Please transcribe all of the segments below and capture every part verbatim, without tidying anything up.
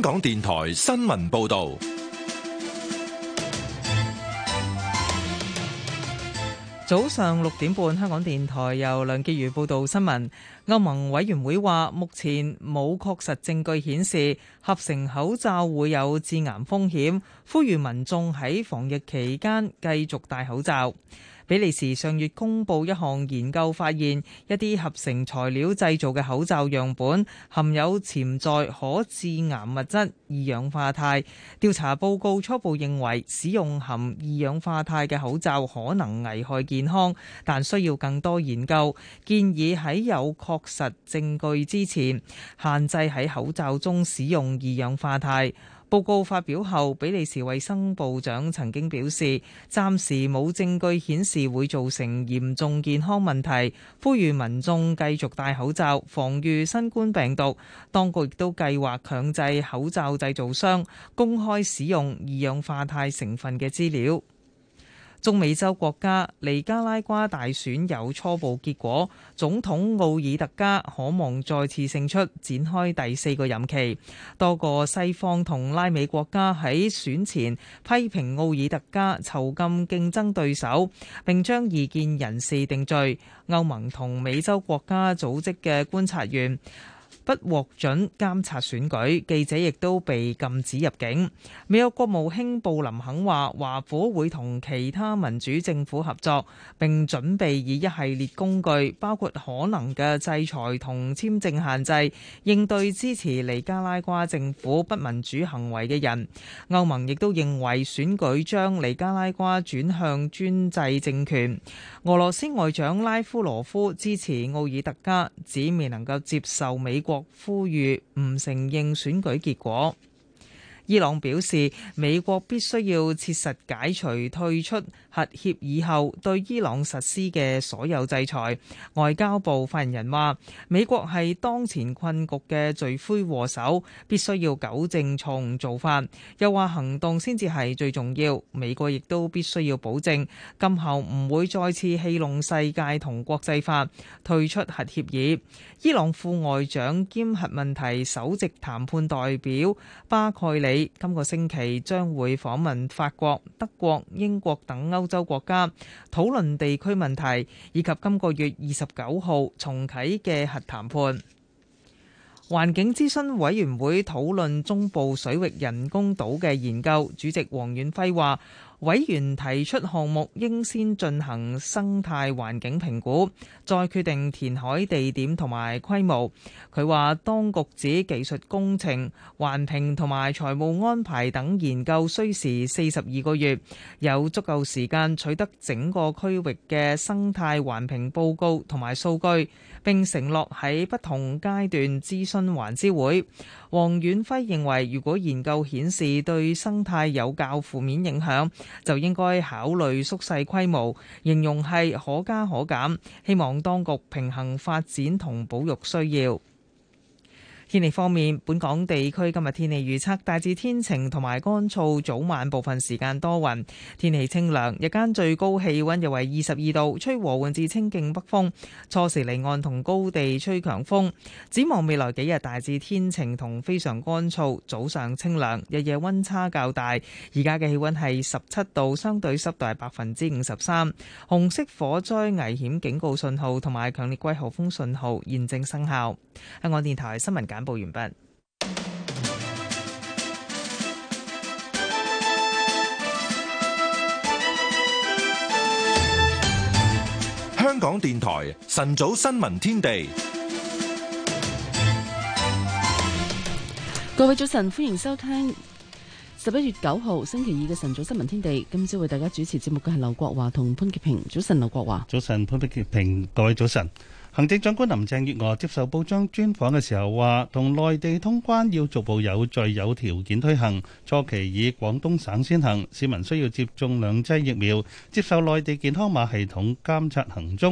港電台新聞報道。 早上六點半，香港電台由梁潔如報道新聞。歐盟委員會話，目前冇確實證據顯示合成口罩會有致癌風險，呼籲民眾喺防疫期間繼續戴口罩。比利時上月公布一項研究，發現一啲合成材料製造嘅口罩樣本含有潛在可致癌物質二氧化鈦。調查報告初步認為，使用含二氧化鈦嘅口罩可能危害健康，但需要更多研究。建議喺有確實證據之前，限制喺口罩中使用二氧化鈦。報告發表後，比利時衛生部長曾經表示，暫時冇證據顯示會造成嚴重健康問題，呼籲民眾繼續戴口罩，防禦新冠病毒。當局亦都計劃強制口罩製造商公開使用二氧化鈦成分嘅資料。中美洲國家尼加拉瓜大選有初步結果，總統奧爾特加可望再次勝出，展開第四個任期。多個西方同拉美國家喺選前批評奧爾特加囚禁競爭對手，並將異見人士定罪。歐盟同美洲國家組織嘅觀察員不獲准監察選舉，記者亦都被禁止入境。美國國務卿布林肯話，華府會同其他民主政府合作，並準備以一系列工具，包括可能嘅制裁同簽證限制，應對支持尼加拉瓜政府不民主行為嘅人。歐盟亦都認為選舉將尼加拉瓜轉向專制政權。俄羅斯外長拉夫羅夫支持奧爾特加，指未能夠接受美國呼籲唔承認選舉結果。伊朗表示，美國必須要切實解除退出核協議後對伊朗實施嘅所有制裁。外交部發言人話，美國係當前困局嘅罪魁禍首，必須要糾正錯誤做法。又話行動先至係最重要。美國亦都必須要保證今後唔會再次戲弄世界同國際法，退出核協議。伊朗副外長兼核問題首席談判代表巴蓋里今個星期將會訪問法國、德國、英國等歐洲國家，討論地區問題，以及今個月二十九號重啟嘅核談判。環境諮詢委員會討論中部水域人工島嘅研究，主席黃遠輝話，委員提出項目應先進行生態環境評估，再決定填海地點同埋規模。佢話當局指技術工程、環評同埋財務安排等研究需時四十二個月，有足夠時間取得整個區域嘅生態環評報告同埋數據，並承諾喺不同階段諮詢環諮會。黃遠輝認為，如果研究顯示對生態有較負面影響，就應該考慮縮細規模，形容係可加可減，希望當局平衡發展同保育需要。天氣方面，本港地區今日天氣預測大致天晴同埋乾燥，早晚部分時間多雲，天氣清涼，日間最高氣溫約為二十二度，吹和緩至清勁北風，初時離岸同高地吹強風。展望未來幾日大致天晴同非常乾燥，早上清涼，日夜溫差較大。而家嘅氣溫係十七度，相對濕度係百分之五十三。紅色火災危險警告信號同埋強烈季候風信號現正生效。香港電台新聞簡報完畢。 香港電台晨早新聞天地， 各位早晨，歡迎收聽十一月九號星期二嘅晨早新聞天地。今朝為大家主持節目嘅係劉國華同潘潔平。早晨，劉國華。 早晨，潘潔平。各位早晨。行政長官林鄭月娥接受報章專訪嘅時候話，同內地通關要逐步有序有條件推行，初期以廣東省先行，市民需要接種兩劑疫苗，接受內地健康碼系統監察行蹤，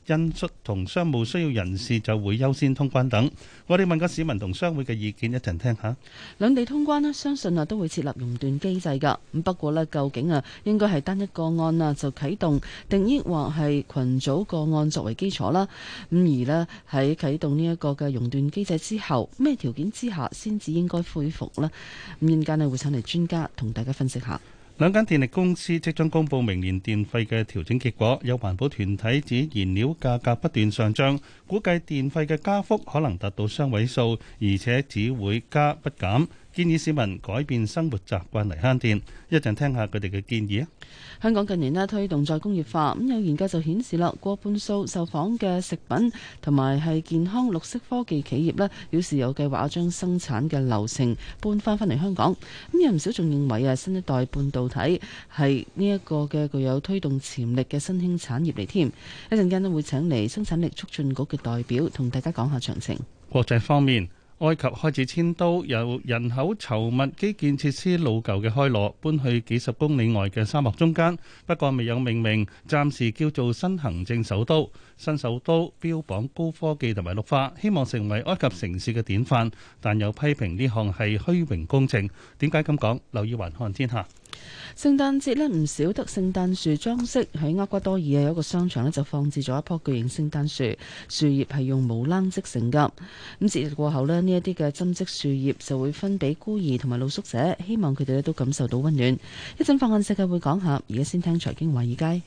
恩恤同商務需要人士就會優先通關等。我哋問過市民同商會嘅意見，一陣聽下。 兩地通關咧，相信啊都會設立熔斷機制㗎。咁不過咧，究竟啊應該係單一個案啊就啟動，定抑或係群組個案作為基礎啦？咁而咧喺啟動呢一個嘅熔斷機制之後，咩條件之下先至應該恢復呢？咁陣間咧會請嚟專家同大家分析下。 兩間電力公司即將公布明年電費嘅調整結果，有環保團體指燃料價格不斷上漲，估計電費嘅加幅可能達到雙位數，而且只會加不減。建議市民改變生活習慣嚟慳電。一陣聽下佢哋嘅建議啊！ 香港近年咧推動再工業化，咁有研究就顯示啦，過半數受訪嘅食品同埋係健康綠色科技企業咧，表示有計劃將生產嘅流程搬翻返嚟香港。咁有唔少仲認為啊，新一代半導體係呢一個嘅具有推動潛力嘅新興產業嚟添。一陣間咧會請嚟生產力促進局嘅代表同大家講下詳情。 國際方面，埃及開始遷都由人口稠密、基建設施老舊嘅開羅搬去幾十公里外嘅沙漠中間，不過未有命名，暫時叫做新行政首都。新首都標榜高科技同埋綠化，希望成為埃及城市嘅典範，但有批評呢項係虛榮工程。點解咁講？留意環看天下。 聖誕節呢唔少得聖誕樹裝飾，喺厄瓜多爾啊有一個商場呢就放置咗一棵巨型聖誕樹，樹葉係用毛冷織成噶。咁節日過後呢，呢一啲嘅針織樹葉就會分俾孤兒同埋露宿者，希望佢哋咧都感受到溫暖。一陣放眼世界會講下，而家先聽財經華爾街。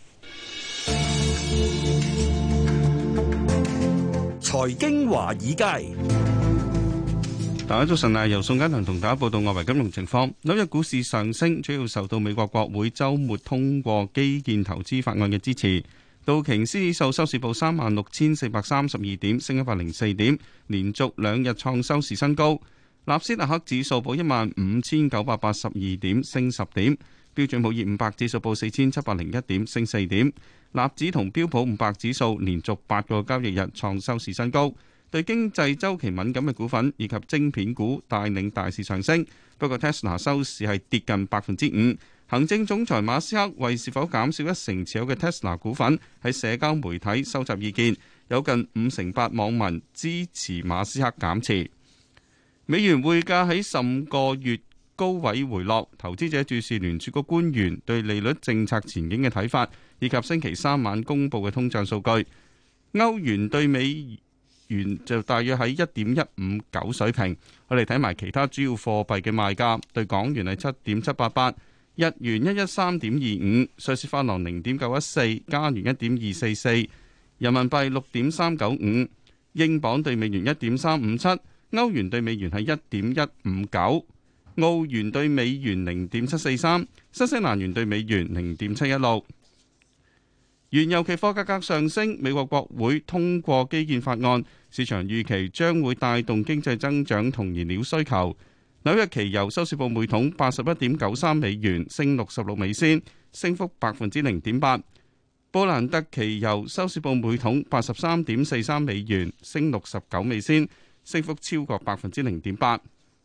財經華爾街。 大家早晨啊！由宋嘉良同大家報道外圍金融情況。紐約股市上升，主要受到美國國會週末通過基建投資法案嘅支持。道瓊斯指數收市報三萬六千四百三十二點，升一百零四點，連續兩日創收市新高。納斯達克指數報一萬五千九百八十二點，升十點。標準普爾五百指數報四千七百零一點，升四點。納指同標普五百指數連續八個交易日創收市新高。對經濟周期敏感嘅股份以及晶片股帶領大市上升，不過 Tesla 收市係跌近百分之五。行政總裁馬斯克為是否減少一成持有嘅 Tesla 股份喺社交媒體收集意見，有近五成八網民支持馬斯克減持。美元匯價喺十個月高位回落，投資者注視聯儲局官員對利率政策前景嘅睇法，以及星期三晚公佈嘅通脹數據。歐元對美元就大約喺一點一五九水平。我哋睇埋其他主要貨幣嘅賣價，對港元係七點七八八，日元一一三點二五，瑞士法郎零點九一四，加元一點二四四，人民幣六點三九五，英鎊對美元一點三五七，歐元對美元係一點一五九，澳元對美元零點七四三，新西蘭元對美元零點七一六。原油期貨價格上升，美國國會通過基建法案，市場預期將會帶動經濟增長同燃料需求。紐約期油收市報每桶八十一點九三美元，升六十六美仙，升幅百分之零點八。布蘭特期油收市報每桶八十三點四三美元，升六十九美仙，升幅超過百分之零點八。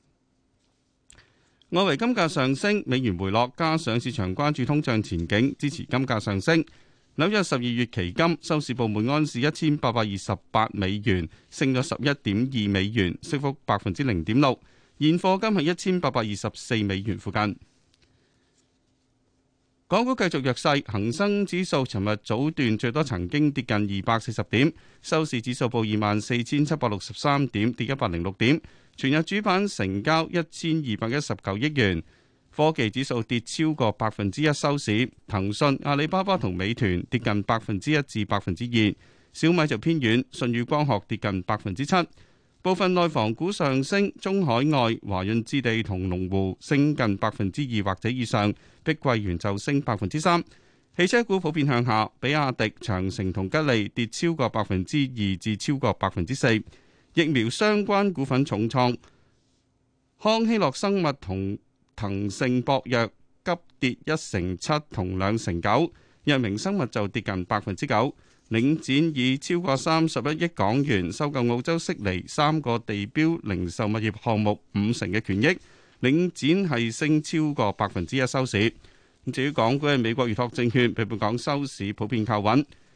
外圍金價上升，美元回落，加上市場關注通脹前景，支持金價上升。紐約十二月期金收市報每安士一千八百二十八美元，升咗十一點二美元，升幅百分之零點六。現貨金係一千八百二十四美元附近。港股繼續弱勢，恒生指數尋日早段最多曾經跌近二百四十點，收市指數報二萬四千七百六十三點，跌一百零六點。全日主板成交一千二百一十九億元。科技指數跌超過百分之一收市，騰訊、阿里巴巴同美團跌近百分之一至百分之二，小米就偏軟，舜宇光學跌近百分之七。部分內房股上升，中海外、華潤置地同龍湖升近百分之二或者以上，碧桂園就升百分之三。汽車股普遍向下，比亞迪、長城同吉利跌超過百分之二至超過百分之四。疫苗相關股份重創，康希諾生物同騰盛博藥急跌一成七同兩成九，藥明生物就跌近百分之九。領展以超過三十一億港元收購澳洲悉尼三個地標零售物業項目五成嘅權益，領展係升超過百分之一收市。至於港股嘅美國預託證券，比本港收市普遍靠穩。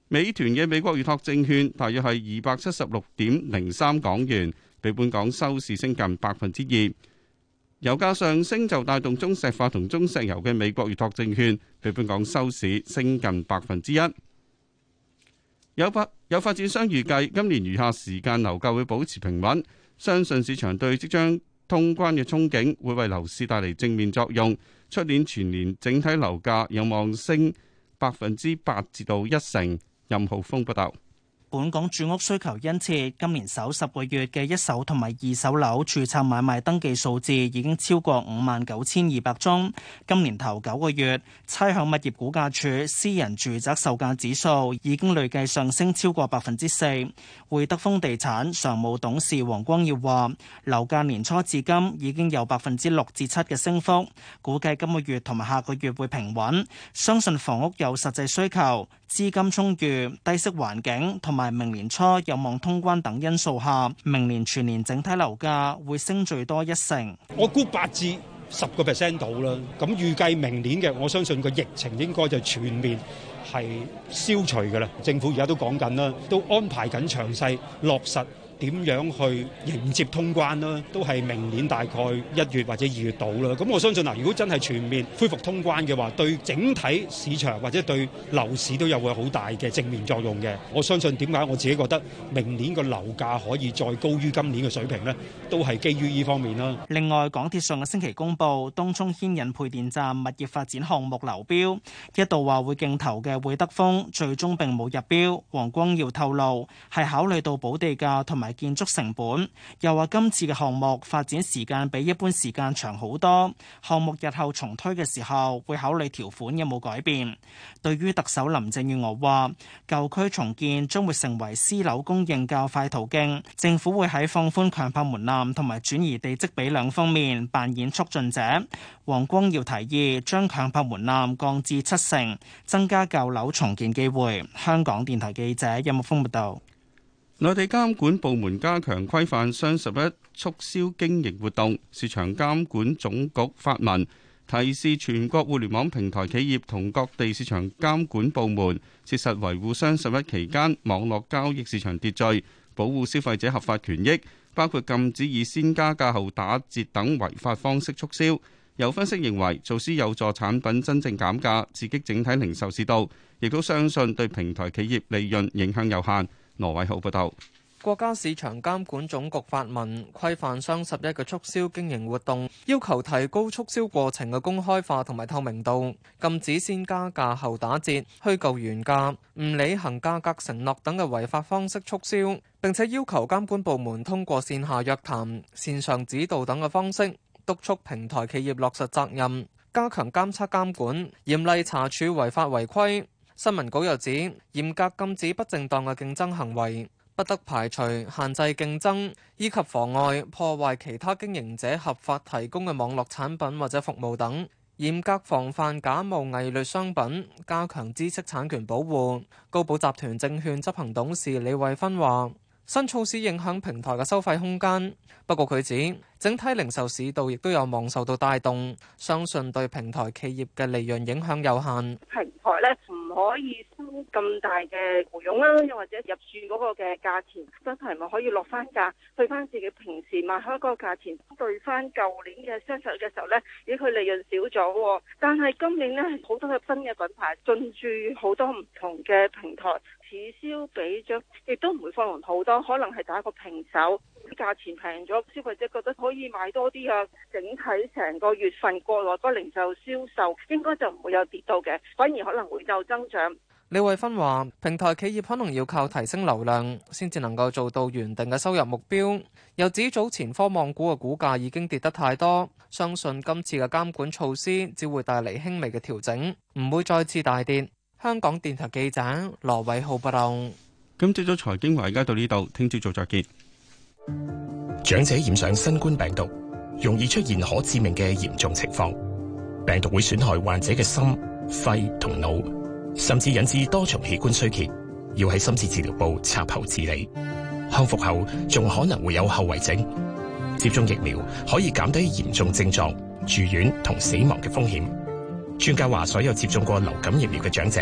美團嘅美國預託證券大約係二百七十六點零三港元，比本港收市升近百分之二。油價上升就帶動中石化同中石油嘅美國預託證券，比本港收市升近百分之一。有發有發展商預計今年餘下時間樓價會保持平穩，相信市場對即將通關嘅憧憬會為樓市帶嚟正面作用。出年全年整體樓價有望升百分之八至到一成。任浩峰報道。 本港住屋需求殷切，今年首十個月嘅一手同埋二手樓註冊買賣登記數字已經超過五萬九千二百宗。今年頭九個月，差餉物業估價署私人住宅售價指數已經累計上升超過百分之四。會德豐地產常務董事黃光耀話，樓價年初至今已經有百分之六至七嘅升幅，估計今個月同埋下個月會平穩。相信房屋有實際需求、資金充裕、低息環境同埋明年初有望通關等因素下，明年全年整體樓價會升最多一成。 我估八至十個 percent 到啦。咁預計明年嘅，我相信個疫情應該就全面係消除㗎啦。政府而家都講緊啦，都安排緊詳細落實點樣去迎接通關啦，都係明年大概一月或者二月到啦。咁我相信嗱，如果真係全面恢復通關嘅話，對整體市場或者對樓市都有會好大嘅正面作用嘅。我相信點解我自己覺得明年個樓價可以再高於今年嘅水平呢？都係基於呢方面啦。 另外，港鐵上個星期公布東涌牽引配電站物業發展項目流標，一度話會競投嘅會德豐最終並冇入標。黃光耀透露係考慮到補地價同埋建築成本，又話今次嘅項目發展時間比一般時間長好多，項目日後重推嘅時候會考慮條款有冇改變。對於特首林鄭月娥話舊區重建將會成為私樓供應較快途徑，政府會喺放寬強拍門檻同埋轉移地積比兩方面扮演促進者。黃光耀提議將強拍門檻降至七成，增加舊樓重建機會。香港電台記者任木峰報道。 內地監管部門加強規範雙十一促銷經營活動，市場監管總局發文提示全國互聯網平台企業同各地市場監管部門，切實維護雙十一期間網絡交易市場秩序，保護消費者合法權益，包括禁止以先加價後打折等違法方式促銷。有分析認為，措施有助產品真正減價，刺激整體零售市道，亦都相信對平台企業利潤影響有限。羅偉浩報道。 國家市場監管總局發文規範雙十一嘅促銷經營活動，要求提高促銷過程嘅公開化同埋透明度，禁止先加價後打折、虛構原價、唔履行價格承諾等嘅違法方式促銷，並且要求監管部門通過線下約談、線上指導等嘅方式，督促平台企業落實責任，加強監測監管，嚴厲查處違法違規。新聞稿又指，嚴格禁止不正當嘅競爭行為，不得排除、限制競爭，以及妨礙、破壞其他經營者合法提供嘅網絡產品或者服務等，嚴格防範假冒偽劣商品，加強知識產權保護。高寶集團證券執行董事李慧芬話：新措施影響平台嘅收費空間，不過佢指整體零售市道亦都有望受到帶動，相信對平台企業嘅利潤影響有限。 平台咧唔可以收咁大嘅回佣啦，又或者入駐嗰個嘅價錢真係咪可以落翻價，去翻自己平時賣開嗰個價錢，對翻舊年嘅雙十一嘅時候咧，咦佢利潤少咗，但係今年咧好多嘅新嘅品牌進駐好多唔同嘅平台，此消彼長，亦都唔會放量好多，可能係打一個平手，價錢平咗，消費者覺得可以買多啲啊。整體成個月份國內嗰零售銷售應該就唔會有跌到嘅，反而可能會有增長。 李慧芬話：平台企業可能要靠提升流量，先至能夠做到原定嘅收入目標。又指早前科網股嘅股價已經跌得太多，相信今次嘅監管措施只會帶嚟輕微嘅調整，唔會再次大跌。香港電台記者羅偉浩報道。 今朝早財經華爾街到呢度，聽朝早再見。 長者染上新冠病毒，容易出現可致命嘅嚴重情況，病毒會損害患者嘅心、肺同腦，甚至引致多重器官衰竭，要喺深切治療部插喉治理。康復後仲可能會有後遺症。接種疫苗可以減低嚴重症狀、住院同死亡嘅風險。專家話，所有接種過流感疫苗嘅長者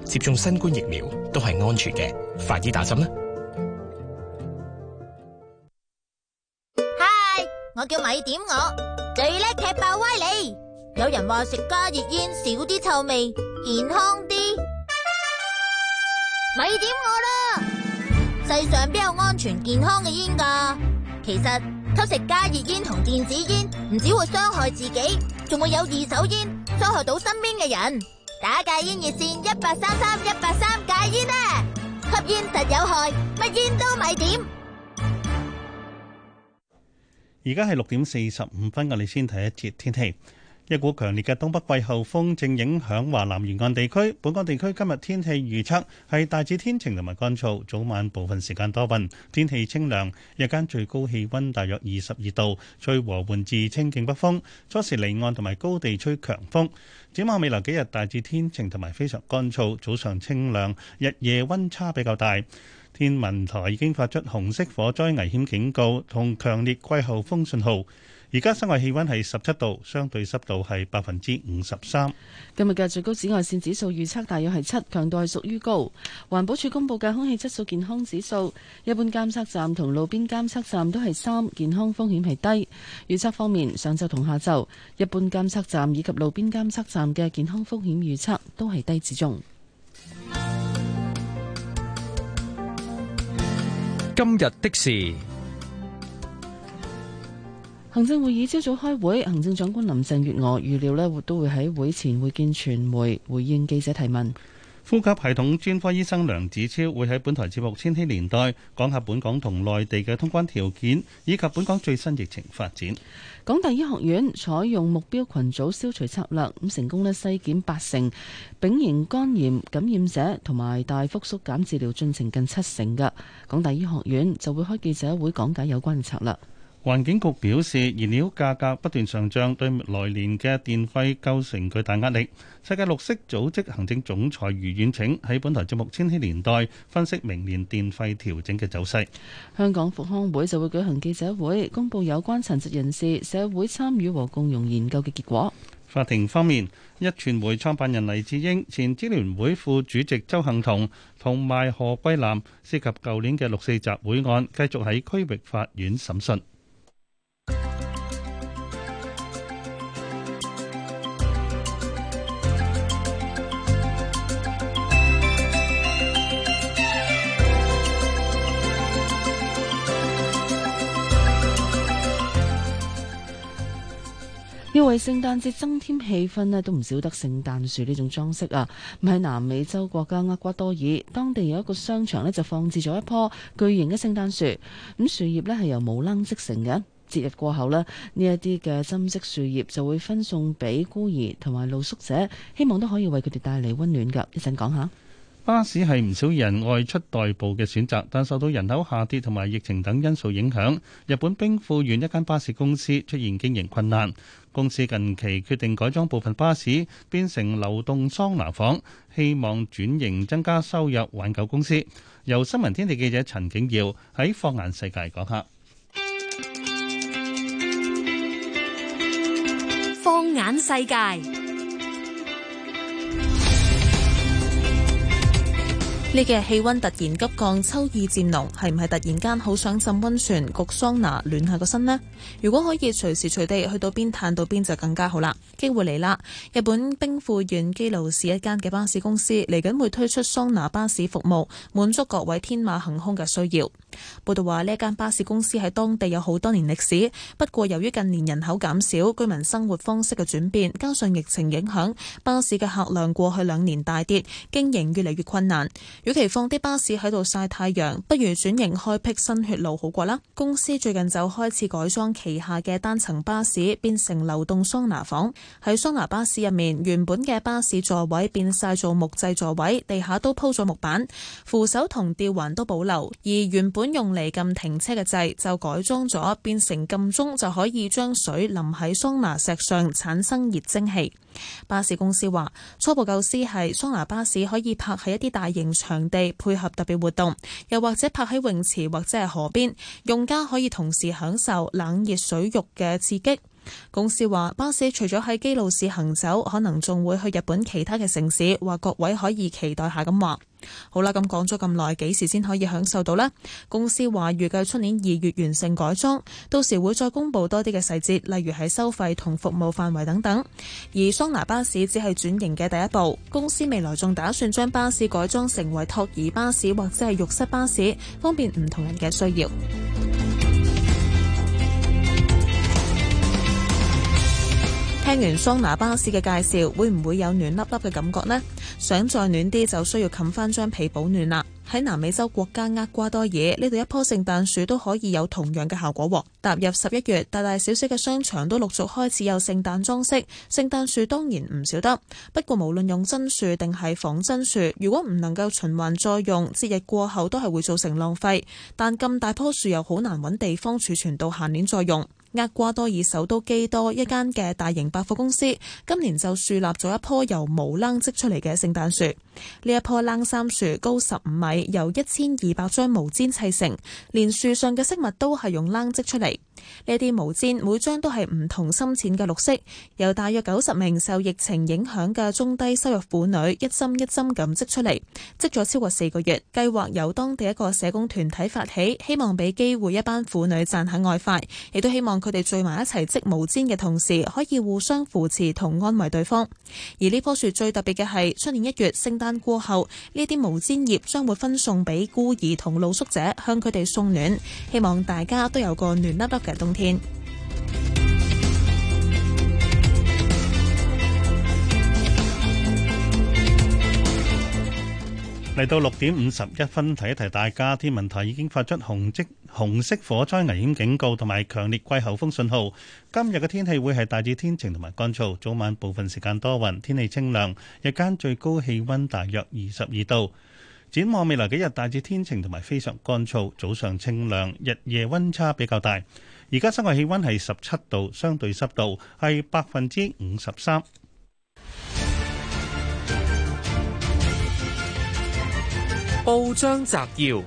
接種新冠疫苗都係安全嘅，快啲打針啦！ 嗨，我叫米點我，最叻踢爆歪理。有人話食加熱煙少啲臭味，健康啲。咪點我啦！世上邊有安全健康嘅煙㗎？其實吸食加熱煙同電子煙唔只會傷害自己，仲會有二手煙傷害到身邊嘅人。打戒煙熱線一八三三一八三戒煙啊！吸煙實有害，乜煙都咪點。 而家係六點四十五分，我哋先睇一節天氣。一股強烈嘅東北季候風正影響華南沿岸地區，本港地區今日天氣預測係大致天晴同埋乾燥，早晚部分時間多雲，天氣清涼，日間最高氣溫大約二十二度，吹和緩至清勁北風，初時離岸同埋高地吹強風。展望未來幾日大致天晴同埋非常乾燥，早上清涼，日夜溫差比較大。天文台已經發出紅色火災危險警告同強烈季候風信號。而家室外氣溫係十七度，相對濕度係百分之五十三。 今日嘅最高紫外線指數預測大約係七，強度係屬於高。環保署公布嘅空氣質素健康指數，一般監測站同路邊監測站都係三，健康風險係低。預測方面，上晝同下晝，一般監測站以及路邊監測站嘅健康風險預測都係低至中。 今日的事。 行政會議朝早開會，行政長官林鄭月娥預料呢都會喺會前會見傳媒，回應記者提問。 呼吸系統專科醫生梁子超會喺本台節目《千禧年代》講下本港同內地嘅通關條件，以及本港最新疫情發展。 港大醫學院採用目標群組消除策略，咁成功呢篩檢八成丙型肝炎感染者，同埋大幅縮減治療進程近七成嘅。港大醫學院就會開記者會講解有關嘅策略。 環境局表示，燃料價格不斷上漲，對來年嘅電費構成巨大壓力。世界綠色組織行政總裁余遠騁喺本台節目《千禧年代》分析明年電費調整嘅走勢。 香港復康會就會舉行記者會，公佈有關殘疾人士社會參與和共融研究嘅結果。 法庭方面，壹傳媒創辦人黎智英、前支聯會副主席鄒幸彤同埋何桂藍涉及舊年嘅六四集會案，繼續喺區域法院審訊。 要為聖誕節增添氣氛咧，都唔少得聖誕樹呢種裝飾啊！咁喺南美洲國家厄瓜多爾，當地有一個商場咧，就放置咗一棵巨型嘅聖誕樹。咁樹葉咧係由毛冷織成嘅。節日過後咧，呢一啲嘅針織樹葉就會分送俾孤兒同埋露宿者，希望都可以為佢哋帶嚟溫暖㗎。一陣講下。 巴士係唔少人外出代步嘅選擇，但受到人口下跌同埋疫情等因素影響，日本兵庫縣一間巴士公司出現經營困難。公司近期決定改裝部分巴士變成流動桑拿房，希望轉型增加收入，挽救公司。由新聞天地記者陳景耀喺放眼世界講下。 放眼世界。呢幾日氣溫突然急降，秋意漸濃，係唔係突然間好想浸溫泉、焗桑拿暖下個身呢？如果可以隨時隨地去到邊嘆到邊就更加好啦！機會嚟啦！日本兵庫縣姬路市一間嘅巴士公司嚟緊會推出桑拿巴士服務，滿足各位天馬行空嘅需要。報道話呢間巴士公司喺當地有好多年歷史，不過由於近年人口減少、居民生活方式嘅轉變，加上疫情影響，巴士嘅客量過去兩年大跌，經營越嚟越困難。與其放啲巴士喺度曬太陽，不如轉型開闢新血路好過啦。公司最近就開始改裝旗下嘅單層巴士，變成流動桑拿房。喺桑拿巴士入面，原本嘅巴士座位變晒做木製座位，地下都鋪咗木板，扶手同吊環都保留。而原本用嚟撳停車嘅掣就改裝咗，變成撳鐘就可以將水淋喺桑拿石上，產生熱蒸氣。巴士公司話，初步構思係桑拿巴士可以泊喺一啲大型場地，配合特別活動，又或者泊喺泳池或者係河邊，用家可以同時享受冷熱水浴嘅刺激。 公司話巴士除咗喺基路市行走，可能仲會去日本其他嘅城市，話各位可以期待下咁話。好啦，咁講咗咁耐，幾時先可以享受到呢？公司話預計出年二月完成改裝，到時會再公布多啲嘅細節，例如係收費同服務範圍等等。而桑拿巴士只係轉型嘅第一步，公司未來仲打算將巴士改裝成為托兒巴士或者係浴室巴士，方便唔同人嘅需要。聽完桑拿巴士嘅介紹，會唔會有暖粒粒嘅感覺呢？想再暖啲，就需要冚翻張被保暖啦。喺南美洲國家厄瓜多爾呢度，一棵聖誕樹都可以有同樣嘅效果。踏入十一月，大大小小嘅商場都陸續開始有聖誕裝飾，聖誕樹當然唔少得。不過無論用真樹定係仿真樹，如果唔能夠循環再用，節日過後都係會造成浪費。但咁大棵樹又好難揾地方儲存到下年再用。厄瓜多爾首都基多一間嘅大型百貨公司今年就樹立咗一棵由毛冷織出嚟嘅聖誕樹。呢一棵冷杉樹高十五米，由一千二百張毛氈砌成，連樹上嘅飾物都係用冷織出嚟。呢啲毛氈每張都係唔同深淺嘅綠色，由大約九十名受疫情影響嘅中低收入婦女一針一針咁織出嚟，織咗超過四個月。計劃由當地一個社工團體發起，希望俾機會一班婦女賺下外快，亦都希望佢哋聚埋一齊織毛氈嘅同時，可以互相扶持同安慰對方。而呢棵樹最特別嘅係，出年一月聖誕過後，呢啲毛氈葉將會分送俾孤兒同露宿者，向佢哋送暖，希望大家都有個暖粒粒嘅冬天。 嚟到六點五十一分，提一提大家，天文台已經發出紅色紅色火災危險警告同埋強烈季候風信號。今日嘅天氣會係大致天晴同埋乾燥，早晚部分時間多雲，天氣清涼，日間最高氣溫大約二十二度。展望未來幾日，大致天晴同埋非常乾燥，早上清涼，日夜溫差比較大。而家室外氣溫係十七度，相對濕度係百分之五十三。 報章摘要，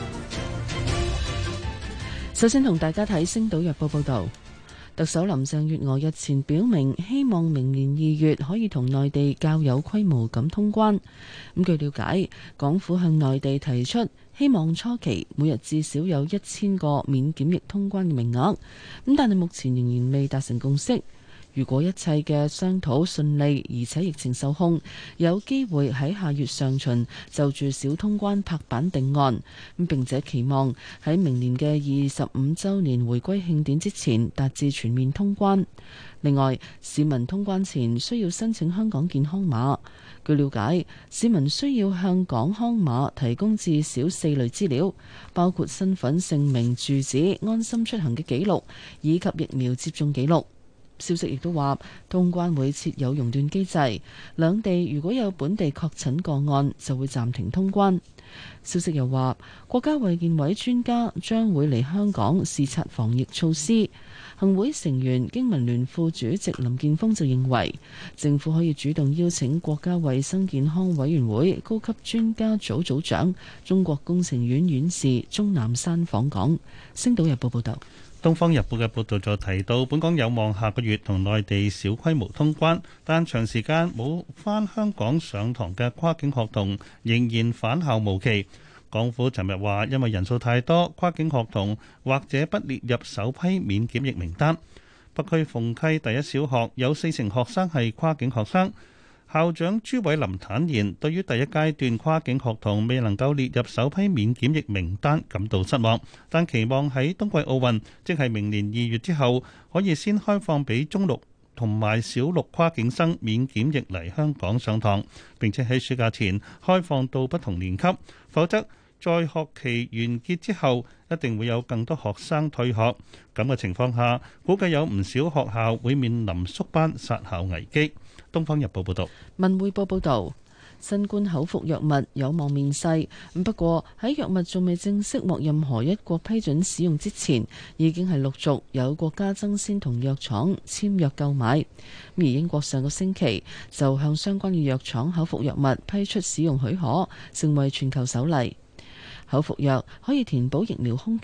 首先同大家睇《星島日報》報道，特首林鄭月娥日前表明，希望明年二月可以同內地較有規模咁通關。咁據了解，港府向內地提出，希望初期每日至少有一千個免檢疫通關嘅名額。咁但係目前仍然未達成共識。如果一切嘅商討順利，而且疫情受控，有機會喺下月上旬就住小通關拍板定案。咁並且期望喺明年嘅二十五週年回歸慶典之前達至全面通關。另外，市民通關前需要申請香港健康碼。據了解，市民需要向港康碼提供至少四類資料，包括身份、姓名、住址、安心出行嘅記錄以及疫苗接種記錄。消息亦都話，通關會設有熔斷機制，兩地如果有本地確診個案，就會暫停通關。消息又話，國家衛健委專家將會嚟香港視察防疫措施。行會成員經民聯副主席林健鋒就認為，政府可以主動邀請國家衛生健康委員會高級專家組組長、中國工程院院士鍾南山訪港。星島日報報道。 《東方日報》嘅報導就提到，本港有望下個月同內地小規模通關，但長時間冇返香港上堂嘅跨境學童仍然返校無期。港府尋日話，因為人數太多，跨境學童或者不列入首批免檢疫名單。北區鳳溪第一小學有四成學生係跨境學生。校長朱偉林坦言，對於第一階段跨境學童未能夠列入首批免檢疫名單感到失望，但期望喺冬季奧運，即係明年二月之後，可以先開放俾中六同埋小六跨境生免檢疫嚟香港上堂，並且喺暑假前開放到不同年級，否則在學期完結之後，一定會有更多學生退學。咁嘅情況下，估計有唔少學校會面臨縮班殺校危機。《東方日報》報道。 文匯報報道，新冠口服藥物有望面世。咁不過喺藥物仲未正式獲任何一國批准使用之前，已經係陸續有國家爭先同藥廠簽約購買。而英國上個星期就向相關嘅藥廠口服藥物批出使用許可，成為全球首例。口服藥可以填補疫苗空缺。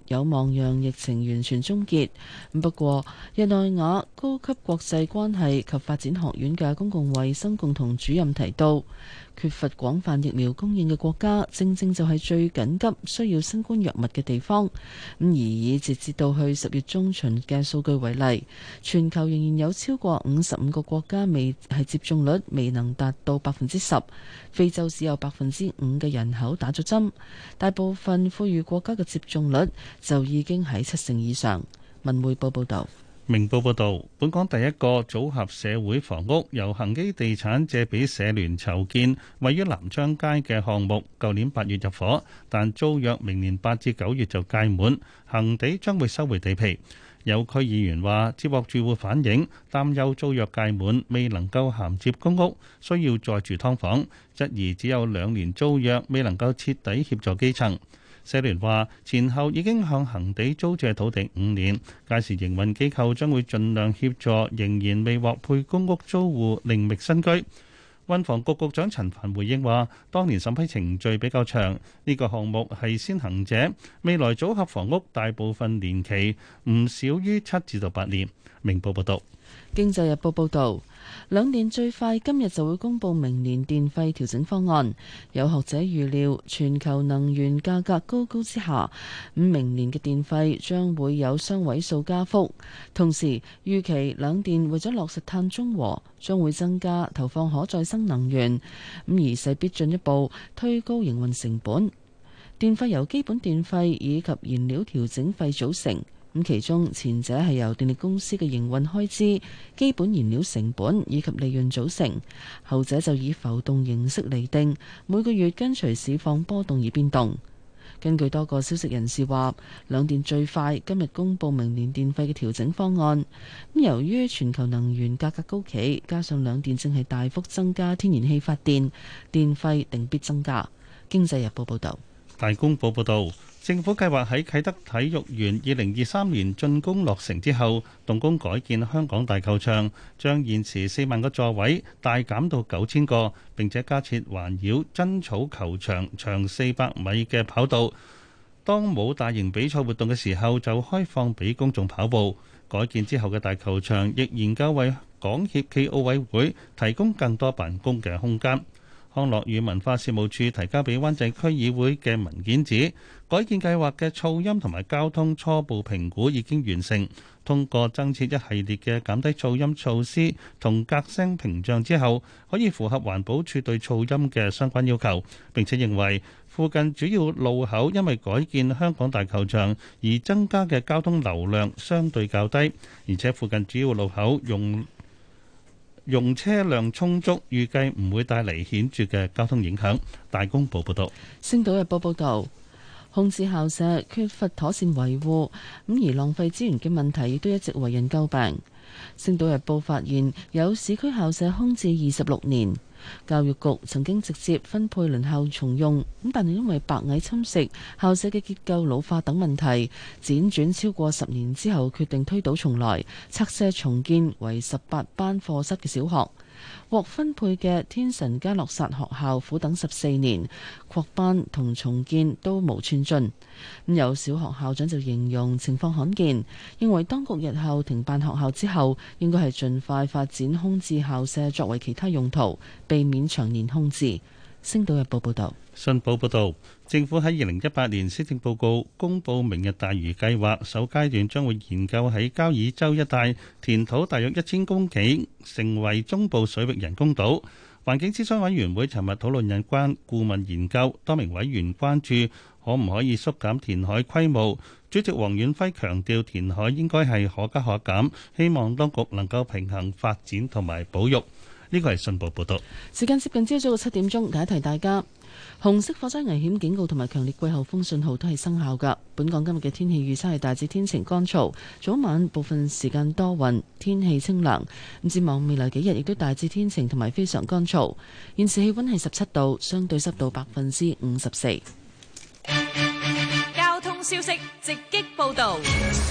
有望讓疫情完全終結。不過，日內瓦高級國際關係及發展學院嘅公共衛生共同主任提到，缺乏廣泛疫苗供應嘅國家，正正就係最緊急需要新冠藥物嘅地方。咁而以截至到去十月中旬嘅數據為例，全球仍然有超過五十五個國家未係接種率未能達到百分之十，非洲只有百分之五嘅人口打咗針，大部分富裕國家嘅接種率就已經喺七成以上。文匯報報道。 明報報導，本港第一個組合社會房屋由恒基地產借俾社聯籌建，位於南昌街嘅項目，舊年八月入伙，但租約明年八至九月就屆滿，恒地將會收回地皮。有區議員話，接獲住戶反映，擔憂租約屆滿未能夠銜接公屋，需要再住劏房，質疑只有兩年租約未能夠徹底協助基層。社聯話前後已經向恒地租借土地五年，屆時營運機構將會盡量協助仍然未獲配公屋租戶另覓新居。運房局局長陳帆回應話，當年審批程序比較長，呢個項目係先行者，未來組合房屋大部分年期唔少於七至到八年。明報報道。 經濟日報報導，兩電最快今日就會公布明年電費調整方案。有學者預料，全球能源價格高高之下，咁明年嘅電費將會有雙位數加幅。同時，預期兩電為咗落實碳中和，將會增加投放可再生能源，咁而勢必進一步推高營運成本。電費由基本電費以及燃料調整費組成。咁其中前者係由電力公司嘅營運開支、基本燃料成本以及利潤組成，後者就以浮動形式釐定，每個月跟隨市況波動而變動。根據多個消息人士話，兩電最快今日公布明年電費嘅調整方案。咁由於全球能源價格高企，加上兩電正係大幅增加天然氣發電，電費定必增加。經濟日報報道。 大公報報導。政府計劃喺啟德體育園二零二三年竣工落成之後，動工改建香港大球場，將現時四萬個座位大減到九千個，並且加設環繞真草球場長四百米嘅跑道。當冇大型比賽活動嘅時候，就開放俾公眾跑步。改建之後嘅大球場亦研究為港協暨奧委會提供更多辦公嘅空間。康樂與文化事務處提交俾灣仔區議會嘅文件指，改建計劃嘅噪音同埋交通初步評估已經完成，通過增設一系列嘅減低噪音措施同隔聲屏障之後，可以符合環保署對噪音嘅相關要求。並且認為附近主要路口因為改建香港大球場而增加嘅交通流量相對較低，而且附近主要路口用用車輛充足，預計唔會帶嚟顯著嘅交通影響。大公報報道。 星島日報報道，空置校舍缺乏妥善維護，咁而浪費資源嘅問題亦都一直為人詬病。星島日報發現有市區校舍空置二十六年。教育局曾經直接分配輪候重用，咁但係因為白蟻侵蝕、校舍嘅結構老化等問題，輾轉超過十年之後，決定推倒重來，拆卸重建為十八班課室嘅小學。獲分配嘅天神嘉諾撒學校苦等十四年，擴班同重建都無寸進。咁有小學校長就形容情況罕見，認為當局日後停辦學校之後，應該係盡快發展空置校舍作為其他用途，避免長年空置。星島日報報道。 信報報導，政府喺二零一八年施政報告公布明日大嶼計劃，首階段將會研究喺交椅洲一帶填土大約一千公頃，成為中部水域人工島。環境諮詢委員會尋日討論有關顧問研究，多名委員關注可唔可以縮減填海規模。主席黃遠輝強調，填海應該係可加可減，希望當局能夠平衡發展同埋保育。呢個係信報報導。時間接近朝早嘅七點鐘，提一提大家。紅色火災危險警告同埋強烈季候風信號都係生效㗎。本港今日嘅天氣預測係大致天晴乾燥，早晚部分時間多雲，天氣清涼。咁展望未來幾日亦都大致天晴同埋非常乾燥。現時氣溫係十七度，相對濕度百分之五十四。 交通消息直擊報導。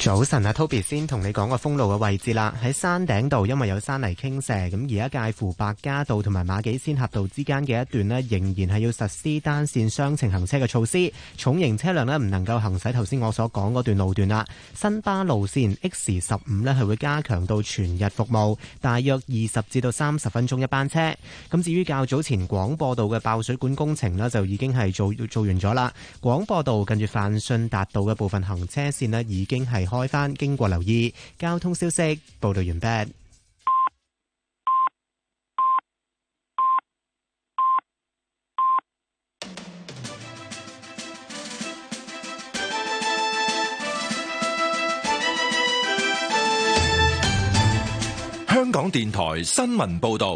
早晨啊 ，Toby 先同你講個封路嘅位置啦。喺山頂道，因為有山泥傾瀉，咁而家介乎白加道同埋馬己仙峽道之間嘅一段呢，仍然係要實施單線雙程行車嘅措施。重型車輛呢，唔能夠行駛頭先我所講嗰段路段啦。新巴路線 X 十五呢係會加強到全日服務，大約二十至到三十分鐘一班車。咁至於較早前廣播道嘅爆水管工程呢，就已經係做做完咗啦。廣播道近住泛信達道嘅部分行車線呢，已經係開返，經過留意。交通消息報道完畢。 香港電台新聞報道。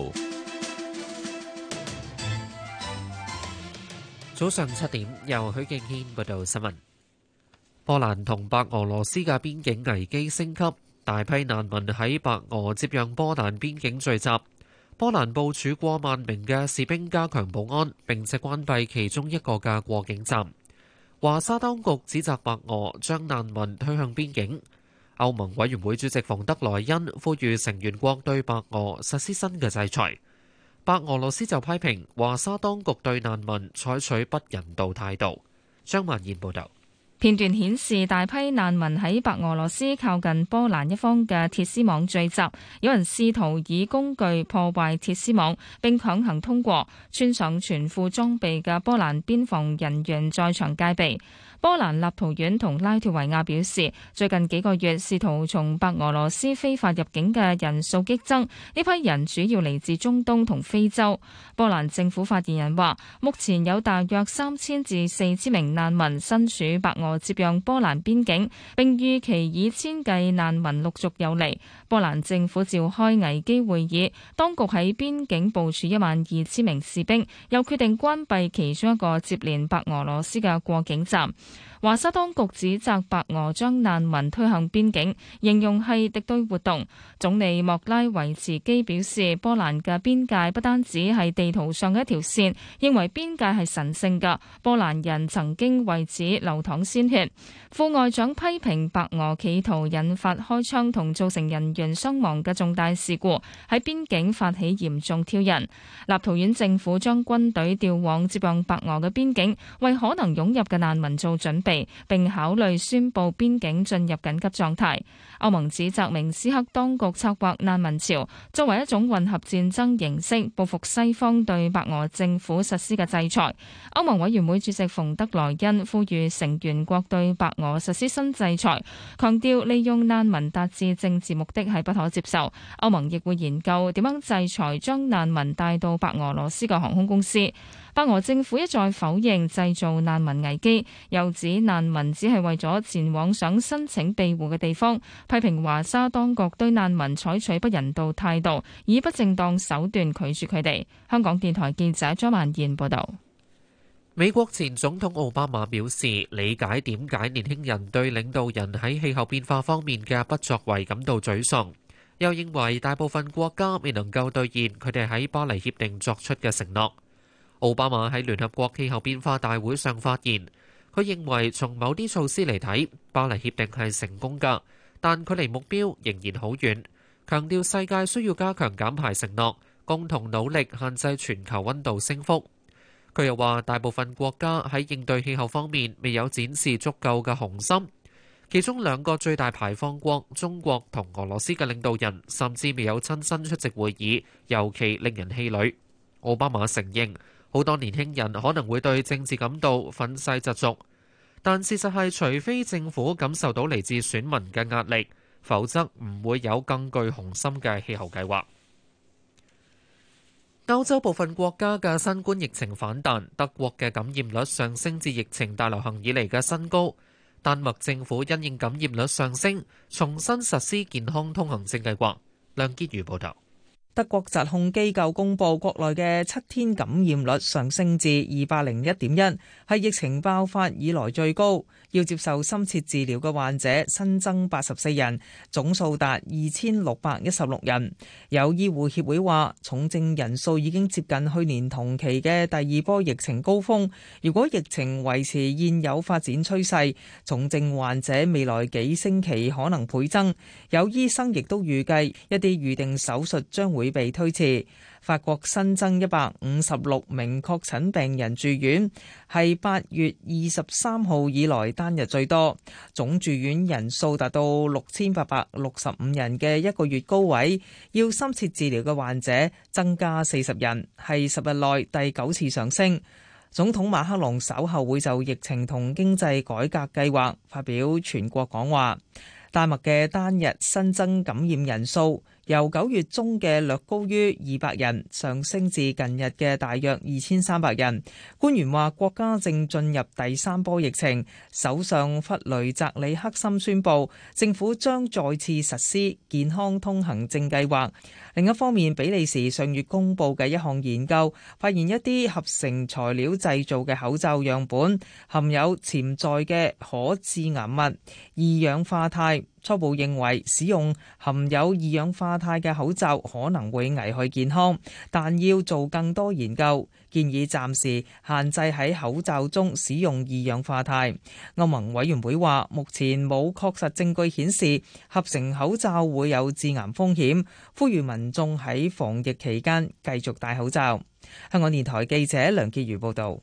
早上七點，由許敬軒報道新聞。波蘭同白俄羅斯嘅邊境危機升級，大批難民喺白俄接壤波蘭邊境聚集。波蘭部署過萬名嘅士兵加強保安，並且關閉其中一個嘅過境站。華沙當局指責白俄將難民推向邊境。歐盟委員會主席馮德萊恩呼籲成員國對白俄實施新嘅制裁。白俄羅斯就批評華沙當局對難民採取不人道態度。張曼燕報導。 片段顯示大批難民喺白俄羅斯靠近波蘭一方嘅鐵絲網聚集，有人試圖以工具破壞鐵絲網並強行通過。穿上全副裝備嘅波蘭邊防人員在場戒備。波蘭立陶宛同拉脫維亞表示，最近幾個月試圖從白俄羅斯非法入境嘅人數激增，呢批人主要嚟自中東同非洲。波蘭政府發言人話，目前有大約三千至四千名難民身處白俄接壤波蘭邊境，並預期以千計難民陸續有嚟。波蘭政府召開危機會議，當局喺邊境部署一萬二千名士兵，又決定關閉其中一個接連白俄羅斯嘅過境站。華沙當局指責白俄將難民推向邊境，形容係敵對活動。總理莫拉維茨基表示，波蘭嘅邊界不單止係地圖上嘅一條線，認為邊界係神聖嘅。波蘭人曾經為此流淌鮮血。副外長批評白俄企圖引發開槍同造成人員傷亡嘅重大事故，喺邊境發起嚴重挑釁。立陶宛政府將軍隊調往接壤白俄嘅邊境，為可能湧入嘅難民做準備，並考慮宣布邊境進入緊急狀態。歐盟指責明斯克當局策劃難民潮，作為一種混合戰爭形式，報復西方對白俄政府實施嘅制裁。歐盟委員會主席馮德萊恩呼籲成員國對白俄實施新制裁，強調利用難民達至政治目的係不可接受。歐盟亦會研究點樣制裁將難民帶到白俄羅斯嘅航空公司。白俄政府一再否認製造難民危機，又指難民只係為咗前往想申請庇護嘅地方，批評華沙當局對難民採取不人道態度，以不正當手段拒絕佢哋。香港電台記者張曼燕報導。 美國前總統奧巴馬表示，理解點解年輕人對領導人喺氣候變化方面嘅不作為感到沮喪，又認為大部分國家未能夠兌現佢哋喺巴黎協定作出嘅承諾。奧巴馬喺聯合國氣候變化大會上發言，佢認為從某啲措施嚟睇，巴黎協定係成功㗎，但距離目標仍然好遠，強調世界需要加強減排承諾，共同努力限制全球溫度升幅。佢又話，大部分國家喺應對氣候方面未有展示足夠嘅雄心，其中兩個最大排放國中國同俄羅斯嘅領導人甚至未有親身出席會議，尤其令人氣餒。奧巴馬承認，好多年輕人可能會對政治感到憤世嫉俗，但事實係，除非政府感受到嚟自選民嘅壓力，否則唔會有更具雄心嘅氣候計劃。歐洲部分國家嘅新冠疫情反彈，德國嘅感染率上升至疫情大流行以嚟嘅新高。丹麥政府因應感染率上升，重新實施健康通行證計劃。梁潔如報導。 德國疾控機構公佈國內嘅七天感染率上升至二百零一點一，係疫情爆發以來最高。要接受深切治療嘅患者新增八十四人，總數達二千六百一十六人。有醫護協會話，重症人數已經接近去年同期嘅第二波疫情高峰。如果疫情維持現有發展趨勢，重症患者未來幾星期可能倍增。有醫生亦都預計一啲預定手術將會被推遲。法國新增一百五十六名確診病人住院，係八月二十三號以來單日最多，總住院人數達到六千八百六十五人嘅一個月高位。要深切治療嘅患者增加四十人，係十日內第九次上升。總統馬克龍稍後會就疫情同經濟改革計劃發表全國講話。丹麥嘅單日新增感染人數由九月中嘅略高於二百人上升至近日嘅大約二千三百人。官員話國家正進入第三波疫情。首相弗雷澤里克森宣布，政府將再次實施健康通行證計劃。另一方面，比利時上月公布嘅一項研究發現，一啲合成材料製造嘅口罩樣本含有潛在嘅可致癌物二氧化鈦。初步認為使用含有二氧化鈦嘅口罩可能會危害健康，但要做更多研究，建議暫時限制喺口罩中使用二氧化鈦。歐盟委員會話，目前冇確實證據顯示合成口罩會有致癌風險，呼籲民眾喺防疫期間繼續戴口罩。香港電台記者梁潔如報導。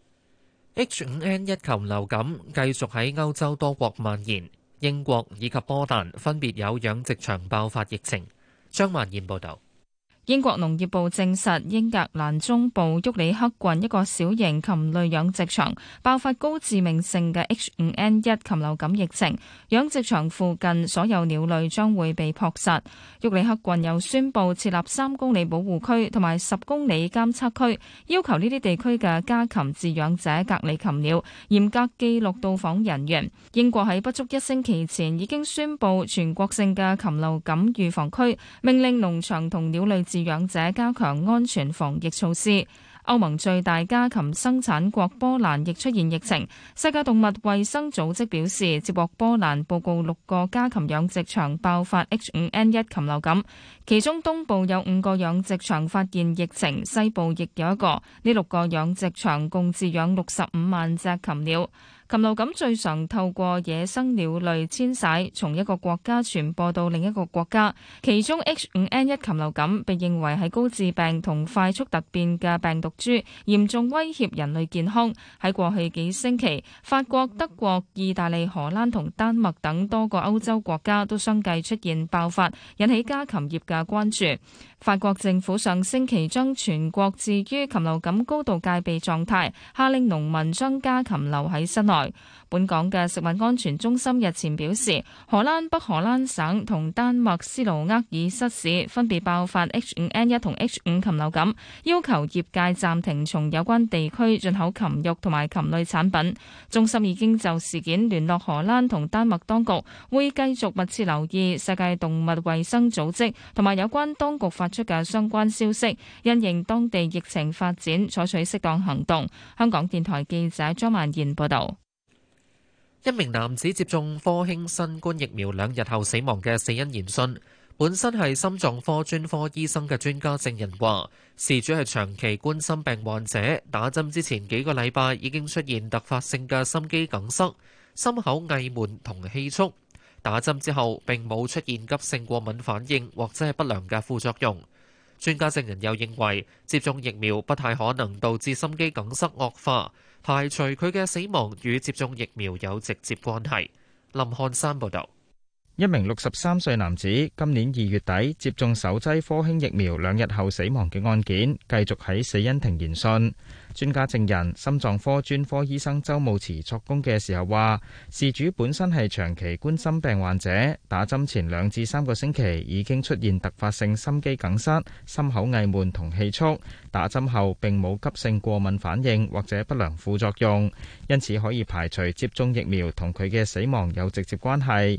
H 五 N 一 禽流感繼續喺歐洲多國蔓延。英國以及波蘭分別有養殖場爆發疫情。張萬燕報導。 英國農業部證實，英格蘭中部沃里克郡一個小型禽類養殖場爆發高致命性嘅 H 五 N 一 禽流感疫情，養殖場附近所有鳥類將會被撲殺。沃里克郡又宣布設立三公里保護區同埋十公里監測區，要求呢啲地區嘅家禽飼養者隔離禽鳥，嚴格記錄到訪人員。英國喺不足一星期前已經宣布全國性嘅禽流感預防區，命令農場同鳥類飼養者加強安全防疫措施。歐盟最大家禽生產國波蘭亦出現疫情。世界動物衛生組織表示，接獲波蘭報告六個家禽養殖場爆發 H 五 N 一 禽流感，其中東部有五個養殖場發現疫情，西部亦有一個。呢六個養殖場共飼養六十五萬隻禽鳥。禽流感最常透過野生鳥類遷徙，從一個國家傳播到另一個國家。其中 H 五 N 一 禽流感被認為係高致病同快速突變嘅病毒株，嚴重威脅人類健康。喺過去幾星期，法國、德國、意大利、荷蘭同丹麥等多個歐洲國家都相繼出現爆發，引起家禽業嘅關注。法國政府上星期將全國置於禽流感高度戒備狀態，下令農民將家禽留喺室內。本港嘅食物安全中心日前表示，荷蘭北荷蘭省同丹麥斯盧厄爾瑟市分別爆發 H 五 N 一 同 H 五 禽流感，要求業界暫停從有關地區進口禽肉同埋禽類產品。中心已經就事件聯絡荷蘭同丹麥當局，會繼續密切留意世界動物衛生組織同埋有關當局發出嘅相關消息，因應當地疫情發展採取適當行動。香港電台記者張曼燕報道。 一名男子接種科興新冠疫苗兩日後死亡嘅死因研訊，本身係心臟科專科醫生嘅專家證人話，事主係長期冠心病患者，打針之前幾個禮拜已經出現突發性嘅心肌梗塞、心口翳悶同氣促，打針之後並冇出現急性過敏反應或者係不良嘅副作用。專家證人又認為，接種疫苗不太可能導致心肌梗塞惡化，排除佢嘅死亡與接種疫苗有直接關係。林漢山報導。 一名六十三歲男子今年二月底接種首劑科興疫苗兩日後死亡嘅案件，繼續喺死因庭研訊。專家證人心臟科專科醫生周慕慈作供嘅時候話，事主本身係長期冠心病患者，打針前兩至三個星期已經出現突發性心肌梗塞、心口翳悶同氣促，打針後並冇急性過敏反應或者不良副作用，因此可以排除接種疫苗同佢嘅死亡有直接關係。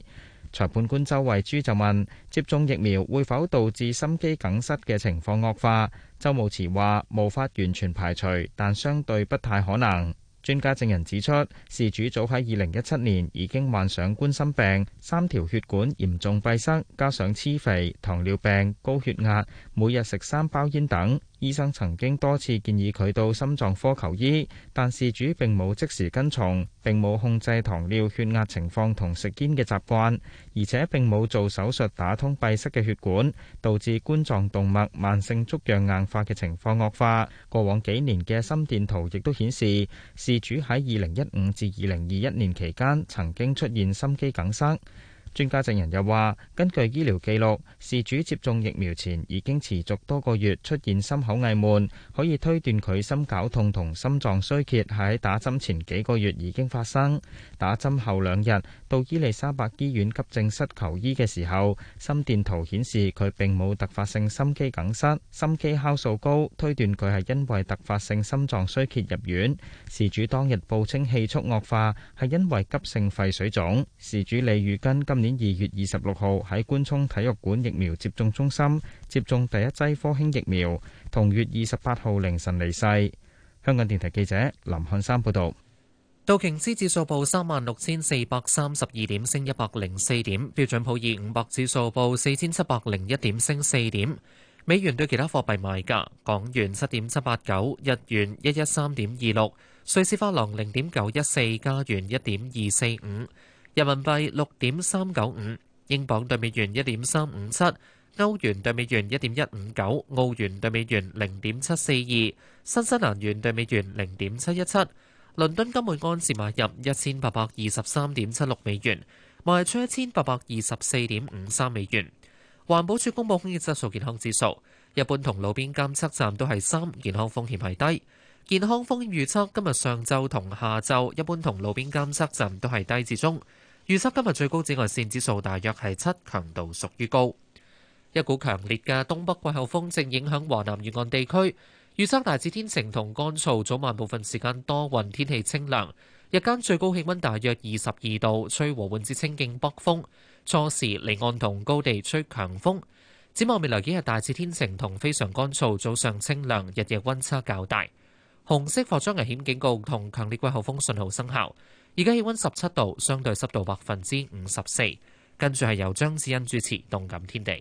裁判官周慧珠就問：接種疫苗會否導致心肌梗塞嘅情況惡化？周慕慈話：無法完全排除，但相對不太可能。專家證人指出，事主早喺二零一七年已經患上冠心病，三條血管嚴重閉塞，加上黐肥、糖尿病、高血壓，每日食三包煙等。醫生曾經多次建議佢到心臟科求醫，但事主並冇即時跟從，並冇控制糖尿血壓情況同食煙嘅習慣，而且並冇做手術打通閉塞嘅血管，導致冠狀動脈慢性粥樣硬化嘅情況惡化。過往幾年嘅心電圖亦都顯示，事主喺二零一五至二零二一年期間曾經出現心肌梗塞。專家證人又話，根據醫療記錄，事主接種疫苗前已經持續多個月出現心口翳悶，可以推斷佢心絞痛同心臟衰竭喺打針前幾個月已經發生。打針後兩日到伊利沙伯醫院急症室求醫嘅時候，心電圖顯示佢並冇突發性心肌梗塞，心肌酵素高，推斷佢係因為突發性心臟衰竭入院。事主當日報稱氣促惡化係因為急性肺水腫。事主李宇根今年二月二十六號喺官涌體育館疫苗接種中心接種第一劑科興疫苗，同月二十八號凌晨離世。香港電台記者林漢山報道。 道瓊斯指數報三萬六千四百三十二點，升一百零四點；標準普爾五百指數報四千七百零一點，升四點。美元對其他貨幣賣價：港元七點七八九，日元一一三點二六，瑞士法郎零點九一四，加元一點二四五。人民幣六點三九五，英鎊對美元一點三五七，歐元對美元一點一五九，澳元對美元零點七四二，新西蘭元對美元零點七一七。倫敦金每安士買入一千八百二十三點七六美元，賣出一千八百二十四點五三美元。環保署公布空氣質素健康指數，一般同路邊監測站都係三，健康風險係低。健康風險預測今日上晝同下晝，一般同路邊監測站都係低至中。預測今日最高紫外線指數大約係七，強度屬於高。一股強烈嘅東北季候風正影響華南沿岸地區，預測大致天晴同乾燥，早晚部分時間多雲，天氣清涼。日間最高氣溫大約二十二度，吹和緩至清勁北風。初時離岸同高地吹強風。展望未來幾日大致天晴同非常乾燥，早上清涼，日夜溫差較大。紅色火災危險警告同強烈季候風信號生效。而家氣溫十七度，相對濕度百分之五十四。跟住係由張子欣主持《動感天地》。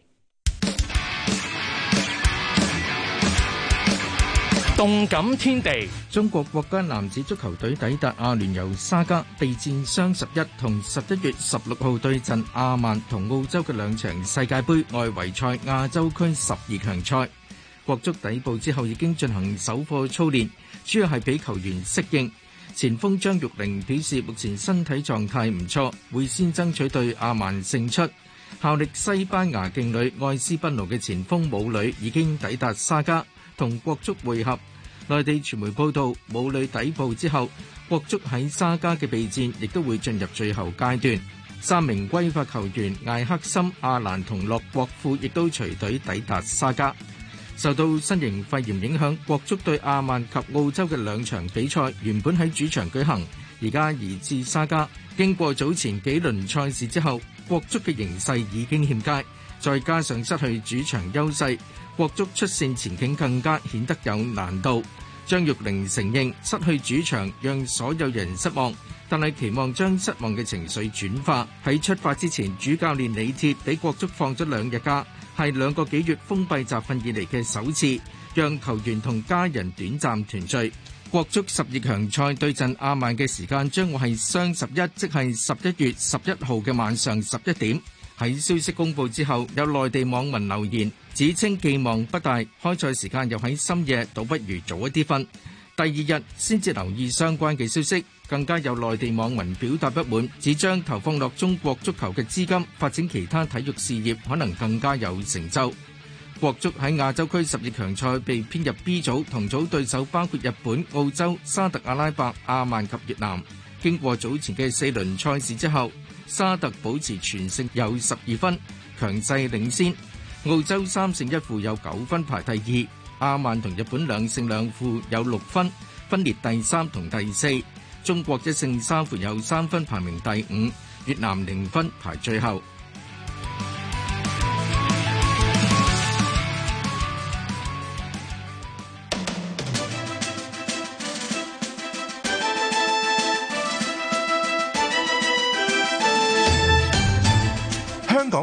動感天地，中國國家男子足球隊抵達阿聯酋沙迦，備戰雙十一同十一月十六號對陣阿曼同澳洲嘅兩場世界盃外圍賽亞洲區十二強賽。國足抵埗之後已經進行首課操練，主要係俾球員適應。前鋒張玉寧表示，目前身體狀態唔錯，會先爭取對阿曼勝出。效力西班牙勁旅愛斯賓奴嘅前鋒武磊已經抵達沙迦，同國足會合。內地傳媒報道，武磊抵埗之後，國足喺沙迦嘅備戰亦都會進入最後階段。三名歸化球員艾克森、阿蘭同洛國富亦都隨隊抵達沙迦。受到新型肺炎影響，國足對阿曼及澳洲嘅兩場比賽原本喺主場舉行，而家移至沙迦。經過早前幾輪賽事之後，國足嘅形勢已經欠佳，再加上失去主場優勢，國足出線前景更加顯得有難度。張玉寧承認失去主場讓所有人失望，但係期望將失望嘅情緒轉化。喺出發之前，主教練李鐵俾國足放咗兩日假，係兩個幾月封閉集訓以嚟嘅首次，讓球員同家人短暫團聚。國足十二強賽對陣阿曼嘅時間將會係雙十一，即係十一月十一號嘅晚上十一點。喺消息公佈之後，有內地網民留言指稱寄望不大，開賽時間又喺深夜，倒不如早一啲瞓。第二日先至留意相關嘅消息，更加有內地網民表達不滿，指將投放落中國足球嘅資金發展其他體育事業，可能更加有成就。國足喺亞洲區十二強賽被編入 B 組，同組對手包括日本、澳洲、沙特阿拉伯、阿曼及越南。經過早前嘅四輪賽事之後，沙特保持全勝，有十二分，強勢領先。澳洲三勝一負有九分排第二。阿曼同日本兩勝兩負有六分，分列第三同第四。中國一勝三負有三分排名第五，越南零分排最後。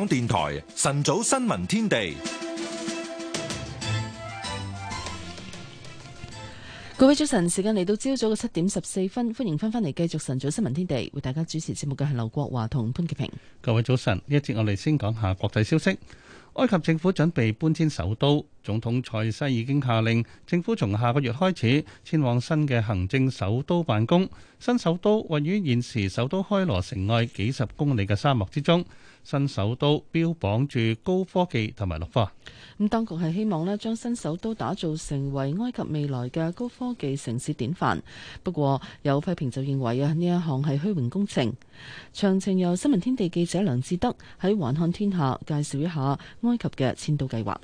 港電台晨早新聞天地。 各位早晨，時間嚟到朝早嘅七點十四分，歡迎翻返嚟繼續晨早新聞天地，為大家主持節目嘅係劉國華同潘潔平。 各位早晨，呢一節我哋先講下國際消息。埃及政府準備搬遷首都，總統塞西已經下令政府從下個月開始遷往新嘅行政首都辦公。新首都位於現時首都開羅城外幾十公里嘅沙漠之中。新首都標榜住高科技同埋綠化。 咁當局係希望咧將新首都打造成為埃及未來嘅高科技城市典範。不過有批評就認為啊，呢一項係虛榮工程。詳情由新聞天地記者梁志德喺環看天下介紹一下埃及嘅遷都計劃。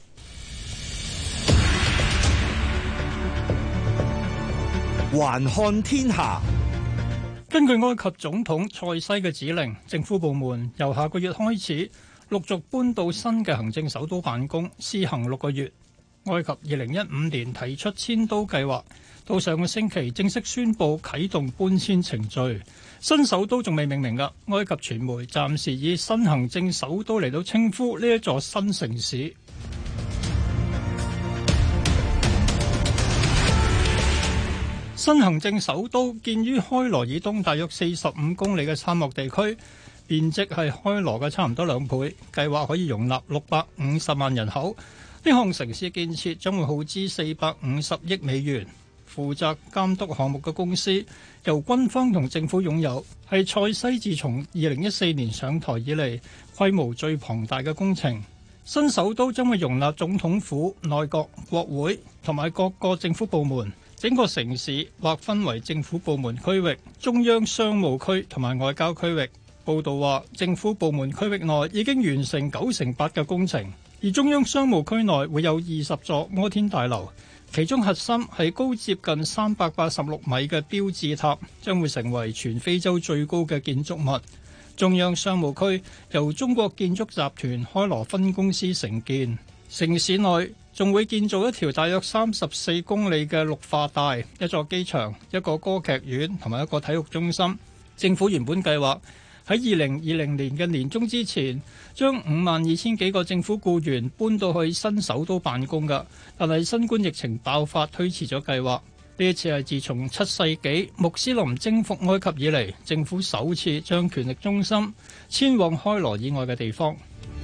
環看天下。根據埃及總統塞西嘅指令，政府部門由下個月開始陸續搬到新嘅行政首都辦公，施行六個月。埃及二零一五年提出遷都計劃，到上個星期正式宣布啟動搬遷程序。新首都仲未命名㗎，埃及傳媒暫時以新行政首都嚟到稱呼呢一座新城市。新行政首都建於開羅以東大約四十五公里嘅沙漠地區，面積係開羅嘅差唔多兩倍，計劃可以容納六百五十萬人口。呢項城市建設將會耗資四百五十億美元。負責監督項目嘅公司由軍方同政府擁有，係塞西自從二零一四年上台以嚟規模最龐大嘅工程。新首都將會容納總統府、內閣、國會同埋各個政府部門。整個城市劃分為政府部門區域、中央商務區同埋外交區域。報道話，政府部門區域內已經完成九成八嘅工程，而中央商務區內會有二十座摩天大樓，其中核心係高接近三百八十六米嘅標誌塔，將會成為全非洲最高嘅建築物。中央商務區由中國建築集團開羅分公司承建，城市內仲會建造一條大約三十四公里嘅綠化帶，一座機場、一個歌劇院同埋一個體育中心。政府原本計劃喺二零二零年嘅年中之前，將五萬二千幾個政府僱員搬到去新首都辦公㗎，但係新冠疫情爆發推遲咗計劃。呢一次係自從七世紀穆斯林征服埃及以嚟，政府首次將權力中心遷往開羅以外嘅地方。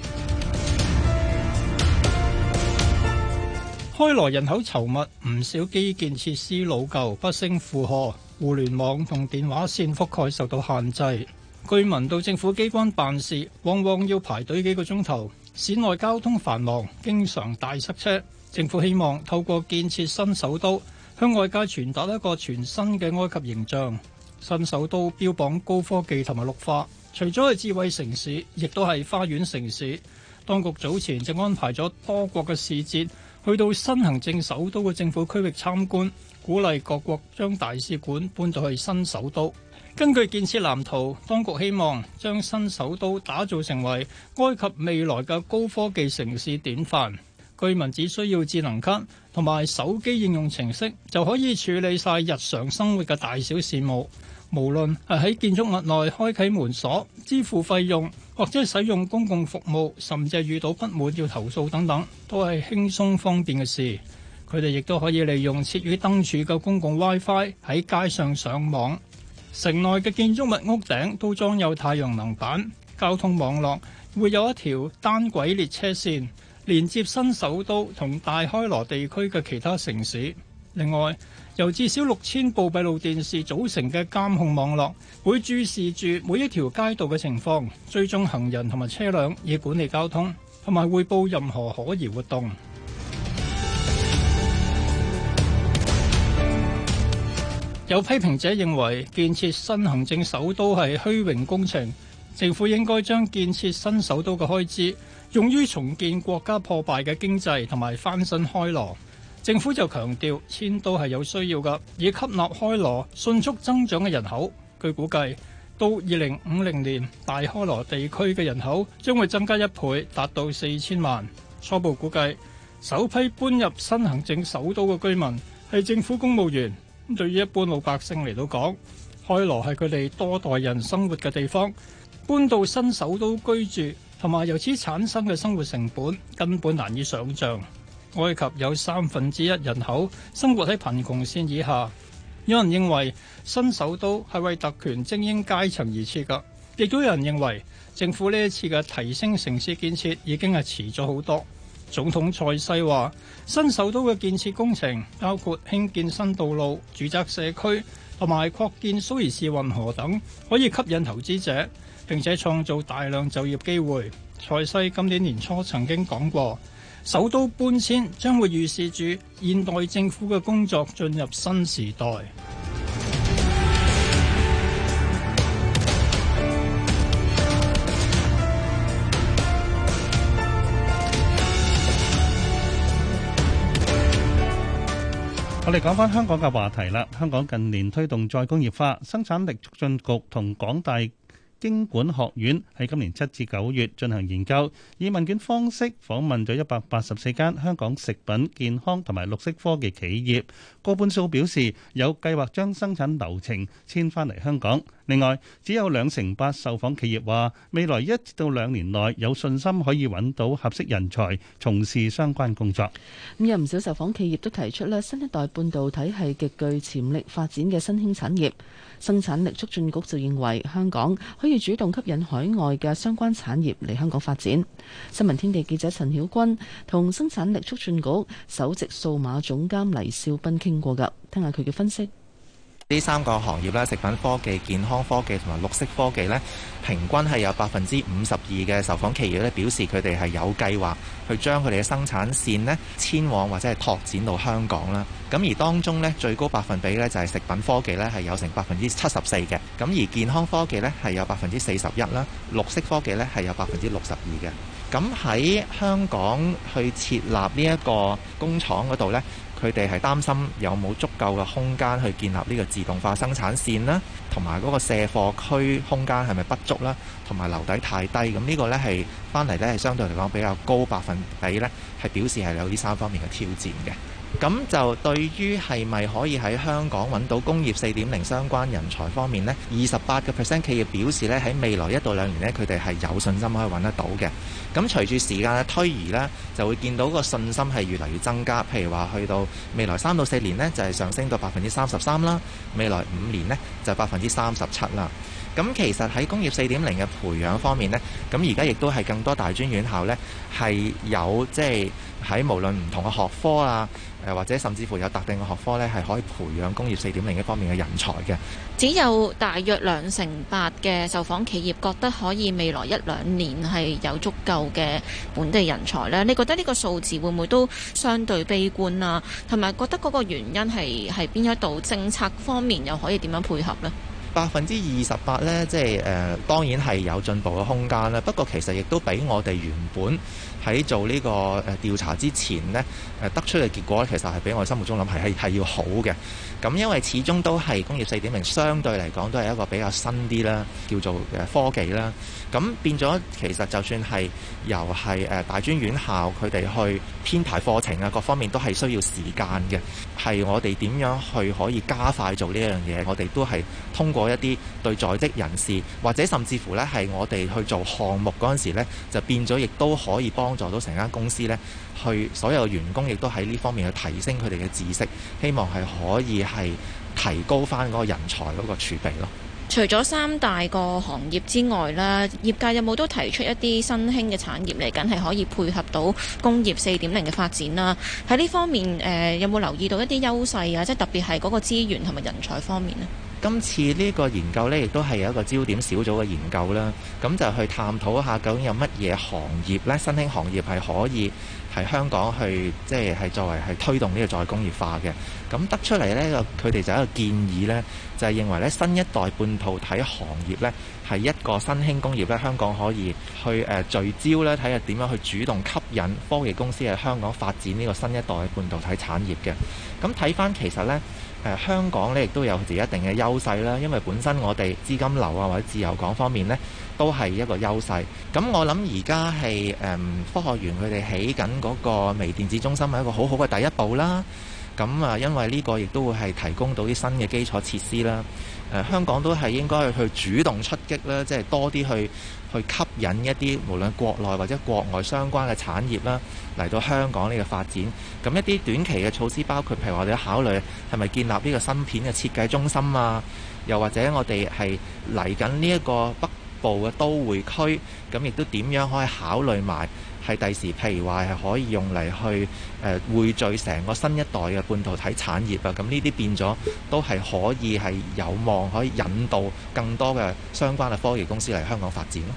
開羅人口稠密，唔少基建設施老舊不勝負荷，互聯網同電話線覆蓋受到限制。居民到政府機關辦事，往往要排隊幾個鐘頭。市內交通繁忙，經常大塞車。政府希望透過建設新首都，向外界傳達一個全新嘅埃及形象。新首都標榜高科技同埋綠化，除咗係智慧城市，亦都係花園城市。當局早前就安排咗多國嘅使節去到新行政首都嘅政府區域參觀，鼓勵各國將大使館搬到去新首都。根據建設藍圖，當局希望將新首都打造成為埃及未來嘅高科技城市典範。居民只需要智能卡同埋手機應用程式，就可以處理晒日常生活嘅大小事務。無論係喺建築物內開啟門鎖、支付費用，或者使用公共服務，甚至係遇到不滿要投訴等等，都係輕鬆方便嘅事。佢哋亦都可以利用設於燈柱嘅公共 WiFi 喺街上上網。城內嘅建築物屋頂都裝有太陽能板，交通網絡會有一條單軌列車線連接新首都同大開羅地區嘅其他城市。另外，由至少六千部閉路電視組成嘅監控網絡，會注視住每一條街道嘅情況，追蹤行人同埋車輛，以管理交通，同埋匯報任何可疑活動。有批評者認為，建設新行政首都係虛榮工程，政府應該將建設新首都嘅開支用於重建國家破敗嘅經濟同埋翻新開羅。政府就強調遷都係有需要㗎，以吸納開羅迅速增長嘅人口。據估計，到二零五零年，大開羅地區嘅人口將會增加一倍，達到四千萬。初步估計，首批搬入新行政首都嘅居民係政府公務員。對於一般老百姓嚟到講，開羅係佢哋多代人生活嘅地方，搬到新首都居住同埋由此產生嘅生活成本根本難以想像。埃及有三分之一人口生活喺貧窮線以下。有人認為新首都係為特權精英階層而設㗎，亦都有人認為政府呢一次嘅提升城市建設已經係遲咗好多。總統塞西話：新首都嘅建設工程包括興建新道路、住宅社區同埋擴建蘇伊士運河等，可以吸引投資者，並且創造大量就業機會。塞西今年年初曾經講過，首都搬遷將會預示住現代政府嘅工作進入新時代。 我哋講返香港嘅話題啦。香港近年推動再工業化，生產力促進局同港大經管學院喺今年七至九月進行研究，以問卷方式訪問咗一百八十四間香港食品、健康同埋綠色科技企業，過半數表示有計劃將生產流程遷返嚟香港。另外，只有兩成八受訪企業話未來一至到兩年內有信心可以揾到合適人才從事相關工作。 咁有唔少受訪企業都提出咧，新一代半導體係極具潛力發展嘅新興產業。生產力促進局就認為香港可以主動吸引海外嘅相關產業嚟香港發展。新聞天地記者陳曉君同生產力促進局首席數碼總監黎少斌傾過㗎，聽下佢嘅分析。 呢三個行業咧，食品科技、健康科技同埋綠色科技咧，平均係有百分之五十二嘅受訪企業咧表示佢哋係有計劃去將佢哋嘅生產線咧遷往或者係拓展到香港啦。咁而當中咧最高百分比咧就係食品科技咧係有成百分之七十四嘅，咁而健康科技咧係有百分之四十一啦，綠色科技咧係有百分之六十二嘅。咁喺香港去設立呢一個工廠嗰度咧，佢哋係擔心有冇足夠嘅空間去建立呢個自動化生產線啦，同埋嗰個卸貨區空間係咪不足啦，同埋樓底太低。咁呢個呢係翻嚟呢係相對嚟講比較高百分比呢，係表示係有呢三方面嘅挑戰嘅。咁就對於係咪可以喺香港揾到工業四點零相關人才方面呢，二十八個 percent 企業表示呢喺未來一到兩年呢，佢哋係有信心可以揾得到嘅。咁隨住時間嘅推移呢，就會見到個信心係越嚟越增加。譬如話去到未來三到四年呢，就係上升到百分之三十三啦；未來五年呢，就百分之三十七啦。咁其實喺工業四點零嘅培養方面呢，咁而家亦都係更多大專院校呢，係有即係喺無論唔同嘅學科啊，誒或者甚至乎有特定嘅學科呢，係可以培養工業四點零一方面嘅人才嘅。 只有大約兩成八嘅受訪企業覺得可以未來一兩年係有足夠嘅本地人才呢。你覺得呢個數字會唔會都相對悲觀啊？同埋覺得嗰個原因係係邊一度？政策方面又可以點樣配合呢？ 百分之二十八呢，即係誒、呃、當然係有進步嘅空間啦。不過其實亦都比我哋原本喺做呢個誒調查之前呢，誒得出嘅結果，其實係比我心目中諗係係係要好嘅。咁因為始終都係工業四點零，相對嚟講都係一個比較新啲啦，叫做誒科技啦。咁變咗其實就算係由係誒大專院校佢哋去編排課程啊，各方面都係需要時間嘅。係我哋點樣去可以加快做呢樣嘢？我哋都係通過一啲對在職人士，或者甚至乎呢係我哋去做項目嗰陣時呢，就變咗亦都可以幫助到成間公司呢，去所有員工亦都喺呢方面去提升佢哋嘅知識，希望係可以係提高翻嗰個人才嗰個儲備咯。 除咗三大個行業之外啦，業界有冇都提出一啲新興嘅產業嚟緊係可以配合到工業四點零嘅發展啦？喺呢方面誒、呃，有冇留意到一啲優勢啊？即係特別係嗰個資源同埋人才方面呢？ 今次呢個研究呢，亦都係有一個焦點小組嘅研究啦。咁就去探討下究竟有乜嘢行業呢？新興行業係可以喺香港去即係係作為係推動呢個再工業化嘅。咁得出嚟呢，佢哋就有一個建議呢，就係認為呢新一代半導體行業呢係一個新興工業呢，香港可以去誒聚焦呢，睇下點樣去主動吸引科技公司喺香港發展呢個新一代嘅半導體產業嘅。咁睇翻其實呢。誒、呃、香港咧亦都有自己一定嘅優勢啦，因為本身我哋資金流啊或者自由港方面呢都係一個優勢。咁我諗而家係誒科學園佢哋起緊嗰個微電子中心係一個好好嘅第一步啦。 咁啊，因為呢個亦都會係提供到啲新嘅基礎設施啦。誒、呃，香港都係應該去主動出擊啦，即係多啲去去吸引一啲無論國內或者國外相關嘅產業啦嚟到香港呢個發展。咁一啲短期嘅措施包括，譬如我哋考慮係咪建立呢個芯片嘅設計中心啊，又或者我哋係嚟緊呢一個北部嘅都會區，咁亦都點樣可以考慮埋係第時，譬如話係可以用嚟去誒、呃、匯聚成個新一代嘅半導體產業啊，咁呢啲變咗都係可以係有望可以引導更多嘅相關嘅科技公司嚟香港發展咯。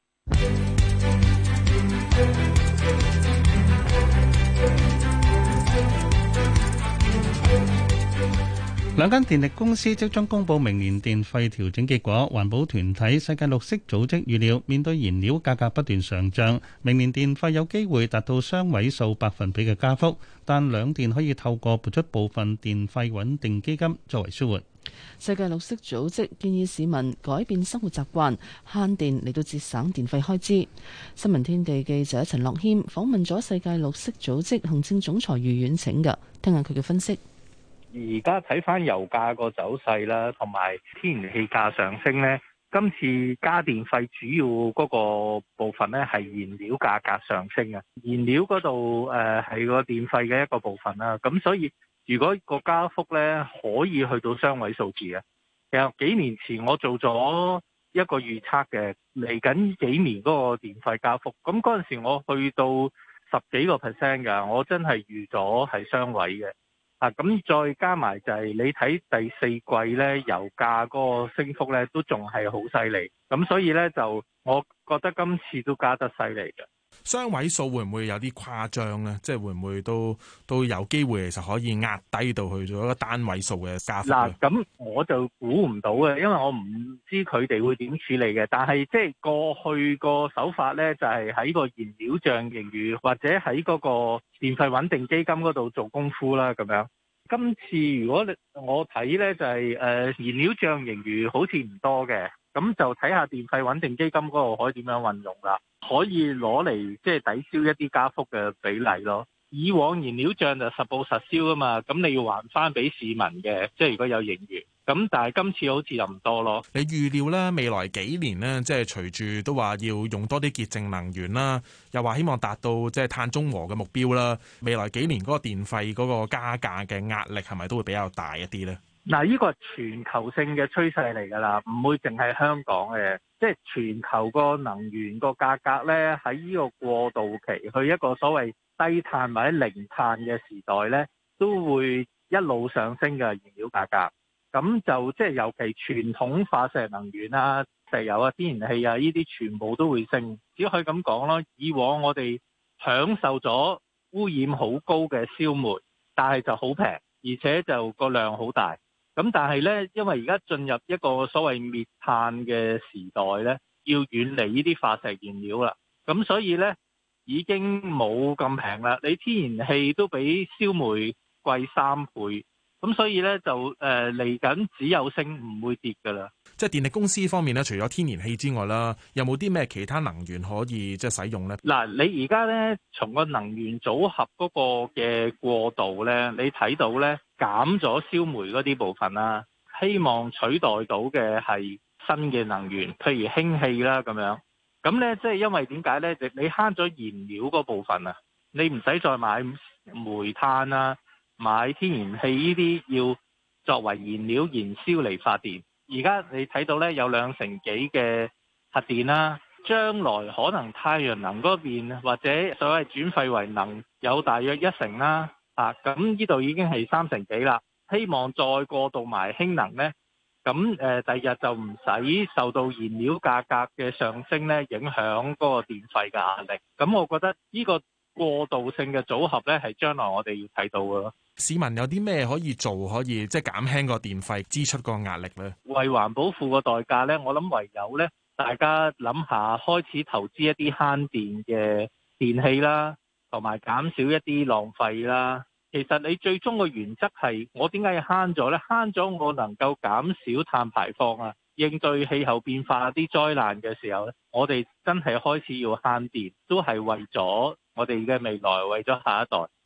兩間電力公司即將公布明年電費調整結果。環保團體世界綠色組織預料，面對燃料價格不斷上漲，明年電費有機會達到雙位數百分比嘅加幅，但兩電可以透過撥出部分電費穩定基金作為舒緩。 世界綠色組織建議市民改變生活習慣，慳電嚟到節省電費開支。新聞天地記者陳樂謙訪問咗世界綠色組織行政總裁余遠騁㗎，聽下佢嘅分析。 而家睇翻油價個走勢啦，同埋天然氣價上升呢，今次加電費主要嗰個部分呢係燃料價格上升啊，燃料嗰度誒係個電費嘅一個部分啦。咁所以如果個加幅呢可以去到雙位數字嘅，其實幾年前我做咗一個預測嘅，嚟緊幾年嗰個電費加幅，咁嗰陣時我去到十幾個 percent 㗎，我真係預咗係雙位嘅。啊，咁再加埋就係你睇第四季咧，油價嗰個升幅咧都仲係好犀利，咁所以咧就我覺得今次都加得犀利嘅。 雙位數會唔會有啲誇張咧？即係會唔會都都有機會其實可以壓低到去做一個單位數嘅加幅咧？ 嗱，咁我就估唔到嘅，因為我唔知佢哋會點處理嘅。但係即係過去個手法咧，就係喺個燃料賬盈餘或者喺嗰個電費穩定基金嗰度做功夫啦，咁樣。今次如果你我睇咧就係誒燃料賬盈餘好似唔多嘅，咁就睇下電費穩定基金嗰度可以點樣運用啦，可以攞嚟即係抵消一啲加幅嘅比例咯。以往燃料賬就實報實銷啊嘛，咁你要還翻俾市民嘅，即係如果有盈餘。咁但係今次好似又唔多咯。 你預料咧未來幾年呢，即係隨住都話要用多啲潔淨能源啦，又話希望達到即係碳中和嘅目標啦。未來幾年嗰個電費嗰個加價嘅壓力係咪都會比較大一啲呢？ 嗱，呢個係全球性嘅趨勢嚟㗎啦，唔會淨係香港嘅，即係全球個能源個價格咧喺呢個過渡期去一個所謂低碳或者零碳嘅時代咧，都會一路上升嘅燃料價格。咁就即係尤其傳統化石能源啊、石油啊、天然氣啊，呢啲全部都會升。只可以咁講咯。以往我哋享受咗污染好高嘅燒煤，但係就好平，而且就個量好大。咁但係呢，因為而家進入一個所謂滅碳嘅時代呢，要遠離呢啲化石燃料啦。咁所以呢，已經冇咁平啦。你天然氣都比燒煤貴三倍。咁所以咧就誒嚟緊只有升唔會跌噶啦。 即係電力公司方面咧，除咗天然氣之外啦，有冇啲咩其他能源可以即係使用咧？ 嗱，你而家咧從個能源組合嗰個嘅過渡咧，你睇到咧減咗燒煤嗰啲部分啦，希望取代到嘅係新嘅能源，譬如氫氣啦咁樣。咁咧即係因為點解咧？你你慳咗燃料嗰部分啊，你唔使再買煤炭啊。買天然氣呢啲要作為燃料燃燒嚟發電，而家你睇到呢，有兩成幾嘅核電啦，將來可能太陽能嗰邊或者所謂轉廢為能有大約一成啦，啊咁呢度已經係三成幾啦，希望再過渡埋氫能呢，咁誒第日就唔使受到燃料價格嘅上升呢影響嗰個電費嘅壓力，咁我覺得呢個過渡性嘅組合呢，係將來我哋要睇到嘅咯。 市民有啲咩可以做，可以即係減輕個電費支出個壓力呢？ 為環保付個代價呢，我諗唯有呢，大家諗下開始投資一啲慳電嘅電器啦，同埋減少一啲浪費啦。其實你最終個原則係，我點解要慳咗呢？慳咗我能夠減少碳排放啊，應對氣候變化啲災難嘅時候呢，我哋真係開始要慳電，都係為咗我哋嘅未來，為咗下一代。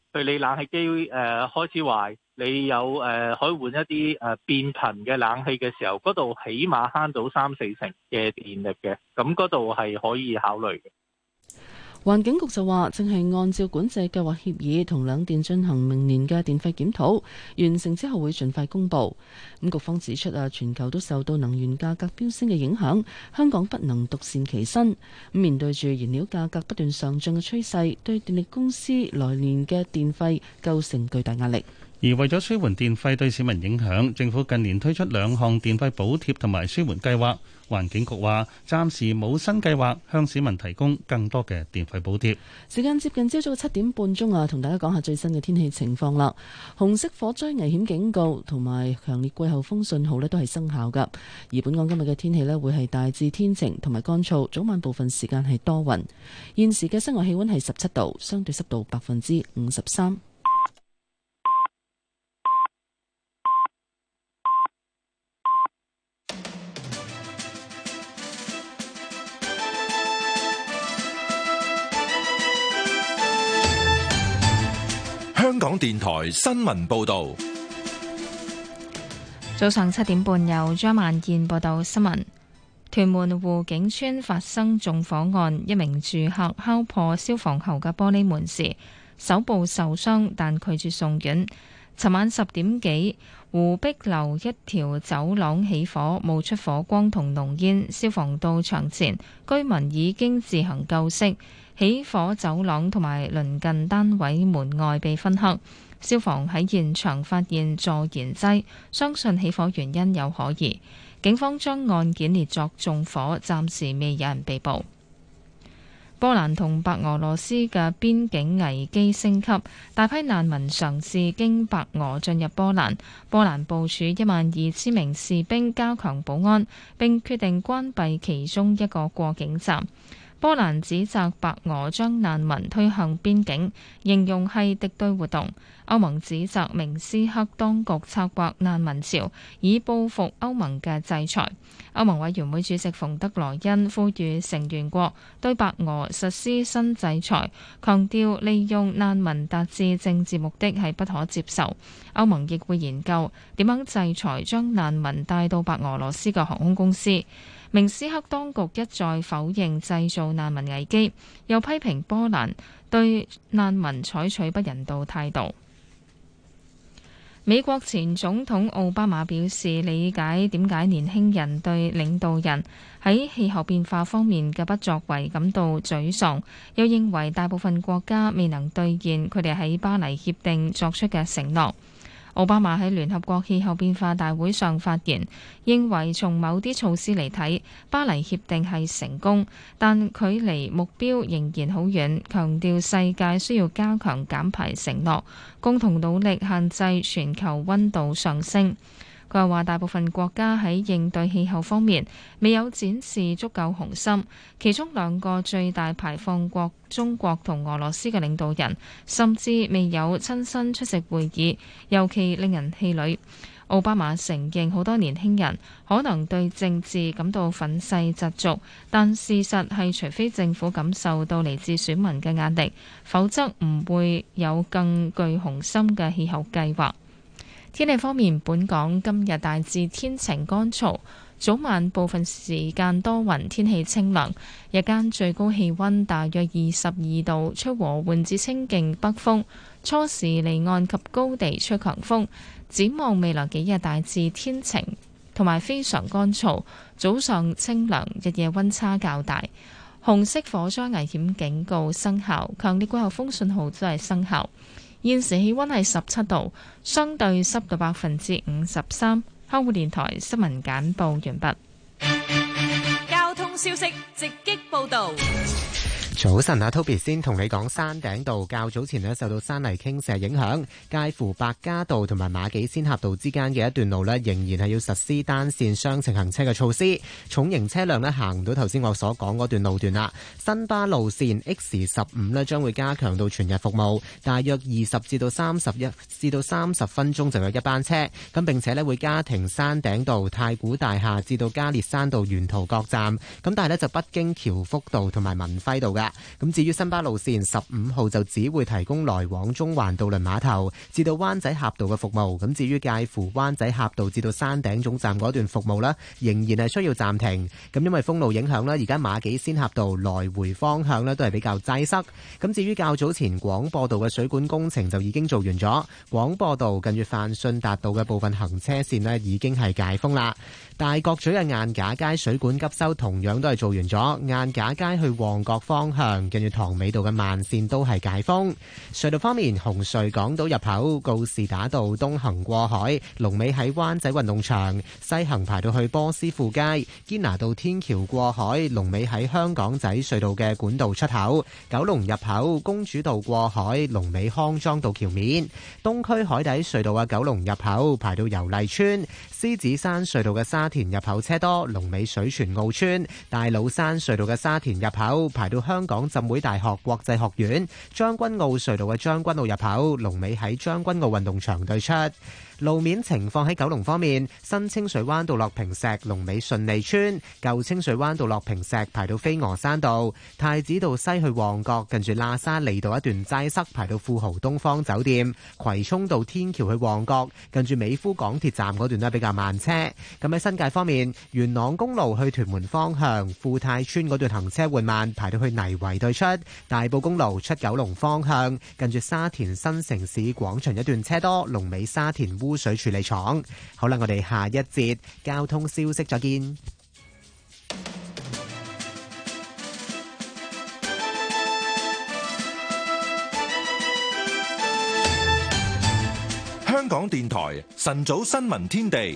譬如你冷氣機誒、呃、開始壞，你有誒、呃、可以換一啲誒、呃、變頻嘅冷氣嘅時候，嗰度起碼慳到三四成嘅電力嘅，咁嗰度係可以考慮嘅。 環境局就話，正係按照管制計劃協議同兩電進行明年嘅電費檢討，完成之後會盡快公佈。咁局方指出啊，全球都受到能源價格飆升嘅影響，香港不能獨善其身。咁面對住燃料價格不斷上漲嘅趨勢，對電力公司來年嘅電費構成巨大壓力。 而為咗舒緩電費對市民影響，政府近年推出兩項電費補貼同埋舒緩計劃。環境局話暫時冇新計劃向市民提供更多嘅電費補貼。 時間接近朝早七點半鐘啊，同大家講下最新嘅天氣情況啦。紅色火災危險警告同埋強烈季候風信號咧都係生效㗎。而本港今日嘅天氣咧會係大致天晴同埋乾燥，早晚部分時間係多雲。現時嘅室外氣溫係十七度，相對濕度百分之五十三。 香港電台新聞報道， 早上七點半由張萬燕報道新聞。屯門湖景村發生縱火案，一名住客敲破消防喉嘅玻璃門時，手部受傷，但拒絕送院。尋晚十點幾，湖碧樓一條走廊起火，冒出火光同濃煙，消防到場前，居民已經自行救熄。起火走廊同埋鄰近單位門外被燻黑，消防喺現場發現助燃劑，相信起火原因有可疑。警方將案件列作縱火，暫時未有人被捕。波蘭同白俄羅斯嘅邊境危機升級，大批難民嘗試經白俄進入波蘭。波蘭部署一萬二千名士兵加強保安，並決定關閉其中一個過境站。波蘭指責白俄將難民推向邊境，形容係敵對活動。歐盟指責明斯克當局策劃難民潮，以報復歐盟嘅制裁。歐盟委員會主席馮德萊恩呼籲成員國對白俄實施新制裁，強調利用難民達至政治目的係不可接受。歐盟亦會研究點樣制裁將難民帶到白俄羅斯嘅航空公司。明斯克當局一再否認製造難民危機，又批評波蘭對難民採取不人道態度。美國前總統奧巴馬表示理解點解年輕人對領導人喺氣候變化方面嘅不作為感到沮喪，又認為大部分國家未能兌現佢哋喺巴黎協定作出嘅承諾。奧巴馬喺聯合國氣候變化大會上發言，認為從某啲措施嚟睇，巴黎協定係成功，但距離目標仍然好遠，強調世界需要加強減排承諾，共同努力限制全球溫度上升。佢又話大部分國家喺應對氣候方面未有展示足夠雄心，其中兩個最大排放國中國同俄羅斯嘅領導人甚至未有親身出席會議，尤其令人氣餒。奧巴馬承認好多年輕人可能對政治感到憤世嫉俗，但事實係除非政府感受到嚟自選民嘅壓力，否則唔會有更具雄心嘅氣候計劃。天氣方面，本港今日大致天晴乾燥，早晚部分時間多雲，天氣清涼，日間最高氣溫大約二十二度，吹和緩至清勁北風，初時離岸及高地吹強風。展望未來幾日大致天晴同埋非常乾燥，早上清涼，日夜溫差較大。紅色火災危險警告生效，強烈季候風信號都係生效。現時氣溫係十七度，相對濕度百分之五十三。香港電台新聞簡報完畢。 交通消息直擊報道。 早晨啊 ，Toby 先同你講，山頂道較早前咧受到山泥傾瀉影響，介乎白加道同埋馬己仙峽道之間嘅一段路咧，仍然係要實施單線雙程行車嘅措施。重型車輛咧行唔到頭先我所講嗰段路段啦。新巴路線 X 十五咧將會加強到全日服務，大約二十至到三十一至到三十分鐘就有一班車。咁並且咧會加停山頂道、太古大廈至到加列山道沿途各站。咁但係咧就不經僑福道同埋文輝道噶。 嘅。咁至於新巴路線十五號就只會提供來往中環渡輪碼頭至到灣仔峽道嘅服務。咁至於介乎灣仔峽道至到山頂總站嗰段服務呢，仍然係需要暫停。咁因為封路影響呢，而家馬己仙峽道來回方向呢都係比較擠塞。咁至於較早前廣播道嘅水管工程就已經做完咗，廣播道近住泛信達道嘅部分行車線呢已經係解封啦。大角咀嘅晏架街水管急修同樣都係做完咗，晏架街去旺角方向近住塘尾道嘅慢線都係解封。隧道方面，紅隧港島入口告士打道東行過海，龍尾喺灣仔運動場；西行排到去波斯富街，堅拿道天橋過海，龍尾喺香港仔隧道嘅管道出口。九龍入口公主道過海，龍尾康莊道橋面。東區海底隧道嘅九龍入口排到油麗邨，獅子山隧道嘅沙田入口車多，龍尾水泉澳村；大老山隧道嘅沙田入口排到香港浸會大學國際學院；將軍澳隧道嘅將軍澳入口龍尾喺將軍澳運動場對出。路面情況喺九龍方面，新清水灣道落坪石龍尾順利村，舊清水灣道落坪石排到飛鵝山道，太子道西去旺角近住喇沙利道一段擠塞排到富豪東方酒店，葵涌道天橋去旺角近住美孚港鐵站嗰段呢比較慢車。咁喺新界方面，元朗公路去屯門方向富泰村嗰段行車緩慢排到去泥圍對出，大埔公路出九龍方向近住沙田新城市廣場一段車多，龍尾沙田污水處理廠。好啦，我哋下一節交通消息再見。 香港電台晨早新聞天地。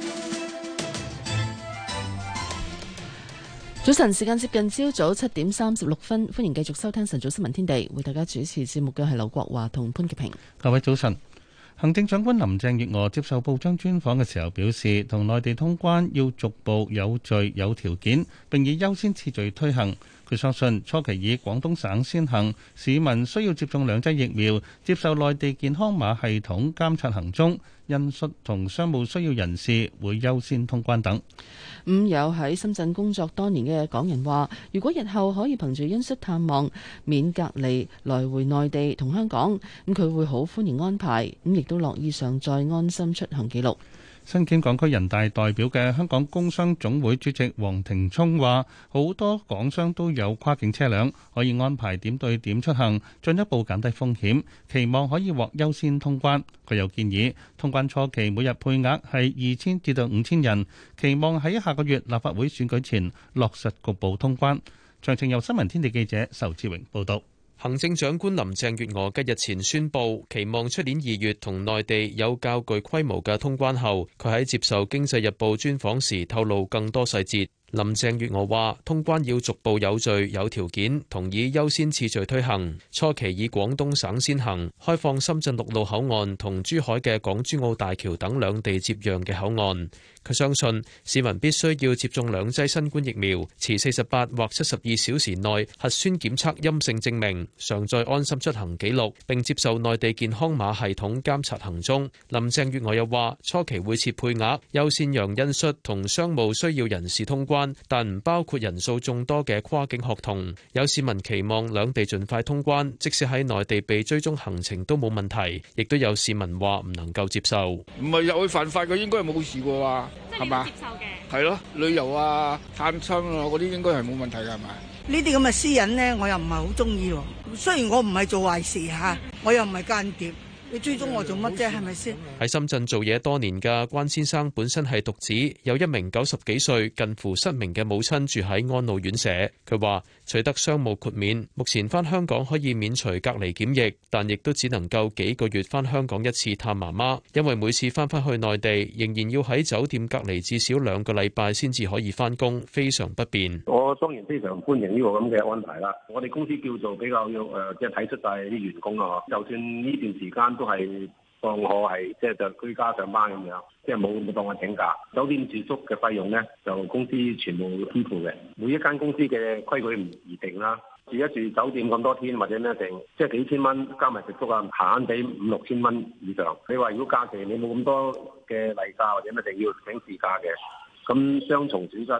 早晨，時間接近朝早七點三十六分，歡迎繼續收聽晨早新聞天地，為大家主持節目嘅係劉國華同潘潔平。 各位早晨。行政長官林鄭月娥接受報章專訪嘅時候表示，同內地通關要逐步有序有條件，並以優先次序推行。佢相信初期以廣東省先行，市民需要接種兩劑疫苗，接受內地健康碼系統監察行蹤，印率同商務需要人士會優先通關等。 咁有喺深圳工作多年嘅港人話，如果日後可以憑住恩恤探望免隔離來回內地同香港，咁佢會好歡迎安排，咁亦都樂意上載安心出行記錄。 身兼港區人大代表嘅香港工商總會主席黃庭聰話，好多港商都有跨境車輛，可以安排點對點出行，進一步減低風險，期望可以獲優先通關。佢又建議通關初期每日配額係二千至到五千人，期望喺下個月立法會選舉前落實局部通關。詳情由新聞天地記者仇志榮報道。 行政長官林鄭月娥繼日前宣布，期望出年二月同內地有較具規模嘅通關後，佢喺接受《經濟日報》專訪時透露更多細節。林鄭月娥話：通關要逐步有序有條件，同以優先次序推行。初期以廣東省先行，開放深圳陸路口岸同珠海嘅港珠澳大橋等兩地接壤嘅口岸。佢相信市民必須要接種兩劑新冠疫苗，持四十八或七十二小時內核酸檢測陰性證明，上載安心出行記錄，並接受內地健康碼系統監察行蹤。林鄭月娥又話：初期會設配額，優先讓恩恤同商務需要人士通關，但唔包括人數眾多嘅跨境學童。有市民期望兩地盡快通關，即使喺內地被追蹤行程都冇問題。亦都有市民話唔能夠接受。 唔係入去犯法嘅，應該係冇事嘅話，係嘛？接受嘅係咯，旅遊啊、探親啊嗰啲應該係冇問題嘅，係咪？ 呢啲咁嘅私隱呢，我又唔係好中意。雖然我唔係做壞事嚇，我又唔係間諜。你追蹤我做乜啫？係咪先？ 喺深圳做嘢多年嘅關先生本身係獨子，有一名九十幾歲近乎失明嘅母親住喺安老院舍。佢話取得商務豁免，目前返香港可以免除隔離檢疫，但亦都只能夠幾個月返香港一次探媽媽，因為每次返返去內地仍然要喺酒店隔離至少兩個禮拜先至可以返工，非常不便。 我當然非常歡迎呢個咁嘅安排啦。我哋公司叫做比較要誒，即係睇出晒啲員工啊，就算呢段時間都係當我係即係就居家上班咁樣，即係冇冇當我請假。酒店住宿嘅費用咧，就公司全部支付嘅。每一間公司嘅規矩唔而定啦。住一住酒店咁多天或者咩定，即係幾千蚊加埋食宿啊，閒閒地五六千蚊以上。你話如果假期你冇咁多嘅例假或者咩定要請事假嘅，咁雙重損失。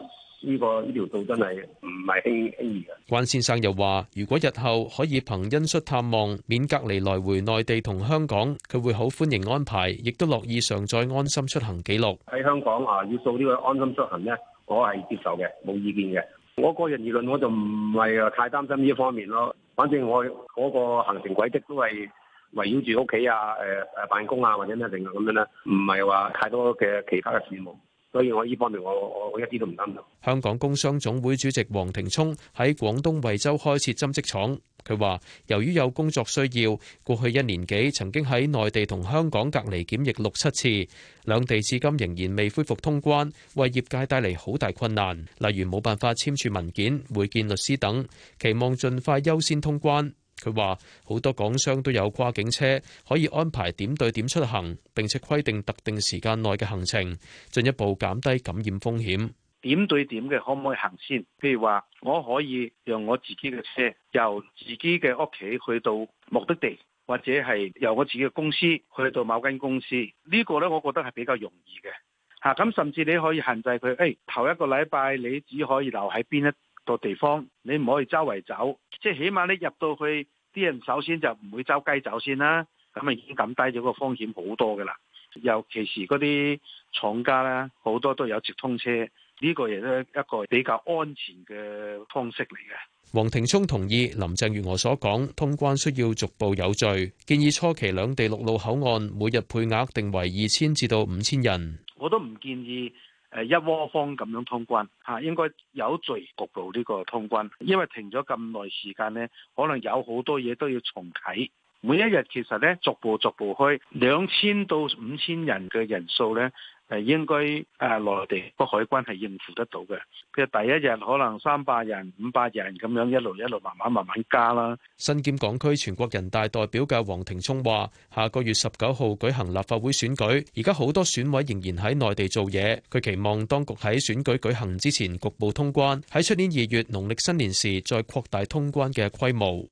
呢個呢條數真係唔係輕輕易嘅。 關先生又話，如果日後可以憑恩恤探望免隔離來回內地同香港，佢會好歡迎安排，亦都樂意上載安心出行記錄。 喺香港啊，要掃呢個安心出行呢，我係接受嘅，冇意見嘅。我個人而論，我就唔係太擔心呢一方面咯。反正我嗰個行程軌跡都係圍繞住屋企啊、誒誒辦公啊或者咩定咁樣咧，唔係話太多嘅其他嘅事務。所以我呢方面我我我一啲都唔擔心。 香港工商總會主席黃庭聰喺廣東惠州開設針織廠，佢話由於有工作需要，過去一年幾曾經喺內地同香港隔離檢疫六七次，兩地至今仍然未恢復通關，為業界帶嚟好大困難，例如冇辦法簽署文件、會見律師等，期望盡快優先通關。佢話好多港商都有跨境車，可以安排點對點出行，並且規定特定時間內嘅行程，進一步減低感染風險。 點對點嘅可唔可以行先？譬如話，我可以讓我自己嘅車由自己嘅屋企去到目的地，或者係由我自己嘅公司去到某間公司。呢個呢，我覺得係比較容易嘅嚇。咁甚至你可以限制佢，誒頭一個禮拜你只可以留喺邊一個地方，你唔可以周圍走，即係起碼你入到去，啲人首先就唔會周街走先啦，咁啊已經減低咗個風險好多噶啦。尤其是嗰啲廠家啦，好多都有直通車，呢個亦都係一個比較安全嘅方式嚟嘅。 黃庭聰同意林鄭月娥所講，通關需要逐步有序，建議初期兩地陸路口岸每日配額定為二千至到五千人。 我都唔建議誒一窩蜂咁樣通關嚇，應該有序局部呢個通關，因為停咗咁耐時間呢，可能有好多嘢都要重啟。每一日其實呢，逐步逐步開，兩千到五千人嘅人數呢，誒應該誒內地個海關係應付得到嘅。譬如第一日可能三百人、五百人咁樣一路一路慢慢慢慢加啦。 身兼港區全國人大代表嘅黃庭聰話：下個月十九號舉行立法會選舉，而家好多選委仍然喺內地做嘢。佢期望當局喺選舉舉行之前局部通關，喺出年二月農曆新年時再擴大通關嘅規模。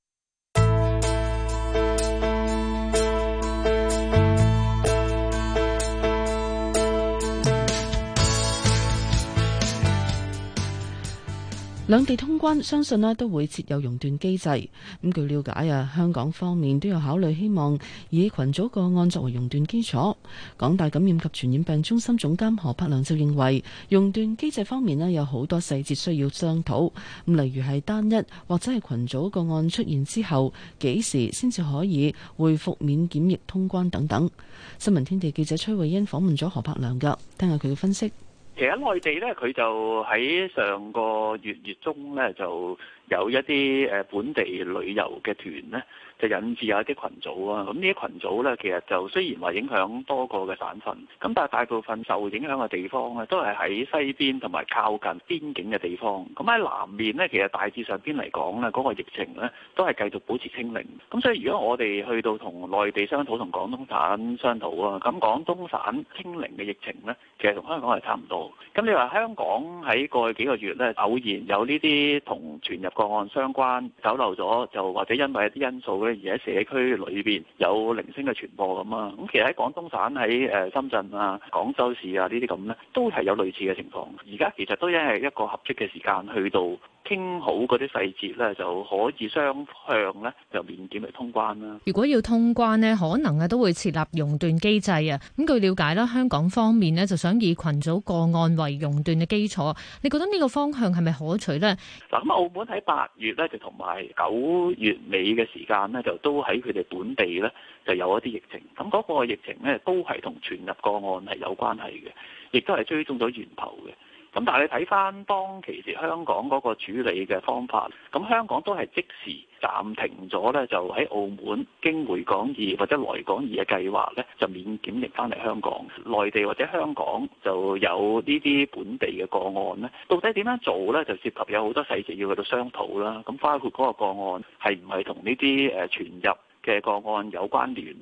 兩地通關相信咧都會設有熔斷機制。咁據了解啊，香港方面都有考慮，希望以群組個案作為熔斷基礎。港大感染及傳染病中心總監何柏良就認為，熔斷機制方面咧有好多細節需要商討。咁例如係單一或者係群組個案出現之後，幾時先至可以恢復免檢疫通關等等。新聞天地記者崔慧欣訪問咗何柏良㗎，聽下佢嘅分析。 其實內地咧，佢就喺上個月月中咧，就有一啲誒本地旅遊嘅團咧，就引致有一啲群組啊。咁呢啲群組咧，其實就雖然話影響多個嘅省份，咁但係大部分受影響嘅地方咧，都係喺西邊同埋靠近邊境嘅地方。咁喺南面咧，其實大致上邊嚟講咧，嗰個疫情咧都係繼續保持清零。咁所以如果我哋去到同內地商討、同廣東省商討啊，咁廣東省清零嘅疫情咧，其實同香港係差唔多。咁你話香港喺過去幾個月咧，偶然有呢啲同傳入個案相關走漏咗，就或者因為一啲因素咧，而喺社區裏邊有零星嘅傳播咁啊。咁其實喺廣東省喺誒深圳啊、廣州市啊呢啲咁咧，都係有類似嘅情況。而家其實都因係一個合適嘅時間去到傾好嗰啲細節咧，就可以雙向咧就免檢嚟通關啦。 如果要通關呢，可能啊都會設立熔斷機制啊。咁據了解啦，香港方面呢就想以群組個案為熔斷嘅基礎。你覺得呢個方向係咪可取呢？ 嗱，咁澳門喺八月咧就同埋九月尾嘅時間咧，就都喺佢哋本地咧就有一啲疫情。咁嗰個疫情咧都係同傳入個案係有關係嘅，亦都係追蹤咗源頭嘅。咁但係你睇翻當其時香港嗰個處理嘅方法，咁香港都係即時暫停咗咧，就喺澳門經回港易或者來港易嘅計劃咧，就免檢疫翻嚟香港。內地或者香港就有呢啲本地嘅個案咧，到底點樣做咧？就涉及有好多細節要去到商討啦。咁包括嗰個個案係唔係同呢啲誒傳入嘅個案有關聯啦？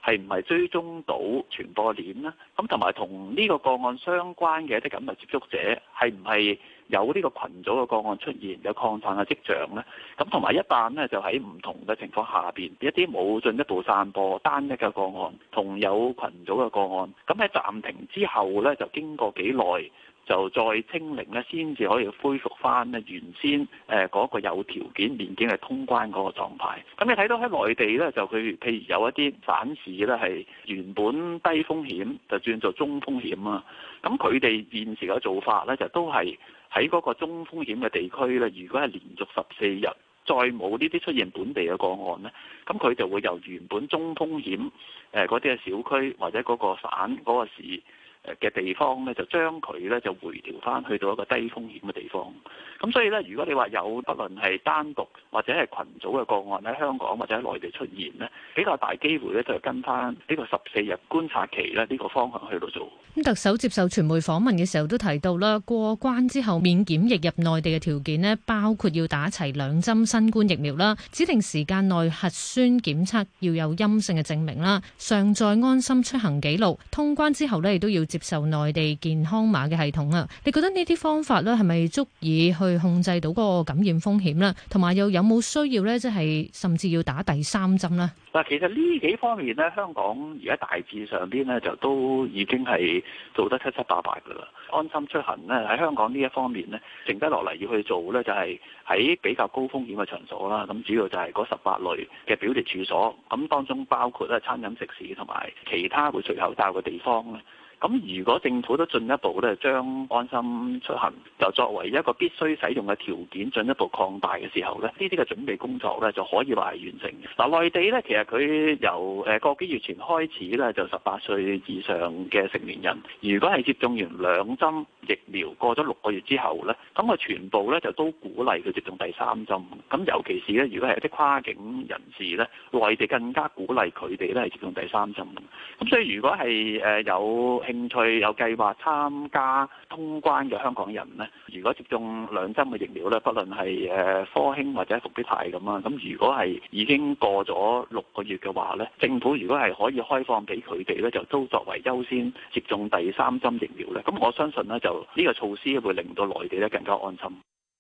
係唔係追蹤到傳播鏈呢？咁同埋同呢個個案相關嘅一啲緊密接觸者係唔係有呢個群組嘅個案出現有擴散嘅跡象呢？咁同埋一旦呢，就喺唔同嘅情況下邊，一啲冇進一步散播單一嘅個案，同有群組嘅個案，咁喺暫停之後呢，就經過幾耐就再清零呢，先至可以恢復翻呢原先誒嗰個有條件面見係通關嗰個狀態。咁你睇到喺內地呢，就佢譬如有一啲省市呢，係原本低風險就轉做中風險啊。咁佢哋現時嘅做法呢，就都係喺嗰個中風險嘅地區呢，如果係連續十四日再冇呢啲出現本地嘅個案呢，咁佢就會由原本中風險誒嗰啲嘅小區或者嗰個省嗰個市嘅地方咧，就將佢咧就回調翻去到一個低風險嘅地方。咁所以咧，如果你話有不論係單獨或者係群組嘅個案喺香港或者喺內地出現呢，比較大機會咧就係跟翻呢個十四日觀察期咧呢個方向去到做。 咁特首接受傳媒訪問嘅時候都提到啦，過關之後免檢疫入內地嘅條件呢，包括要打齊兩針新冠疫苗啦，指定時間內核酸檢測要有陰性嘅證明啦，上載安心出行記錄，通關之後呢，亦都要接受內地健康碼嘅系統啊。你覺得呢啲方法呢係咪足以去控制到嗰個感染風險呢？同埋又有冇需要呢？即係甚至要打第三針呢？ 嗱，其實呢幾方面呢，香港而家大致上邊呢，就都已經係做得七七八八噶啦。安心出行呢，喺香港呢一方面呢，剩低落嚟要去做呢，就係喺比較高風險嘅場所啦。咁主要就係嗰十八類嘅表列處所，咁當中包括咧餐飲食肆同埋其他會除口罩嘅地方咧。咁如果政府都進一步咧，將安心出行就作為一個必須使用嘅條件進一步擴大嘅時候咧，呢啲嘅準備工作咧就可以話係完成嘅。嗱，內地咧其實佢由誒個幾月前開始咧，就十八歲以上嘅成年人，如果係接種完兩針疫苗過咗六個月之後咧，咁佢全部咧就都鼓勵佢接種第三針。咁尤其是咧，如果係一啲跨境人士咧，內地更加鼓勵佢哋咧係接種第三針。咁所以如果係誒有興趣有計劃參加通關嘅香港人呢，如果接種兩針嘅疫苗呢，不論係誒科興或者復必泰咁啊，咁如果係已經過咗六個月嘅話呢，政府如果係可以開放俾佢哋呢，就都作為優先接種第三針疫苗呢。咁我相信呢，就呢個措施會令到內地呢更加安心。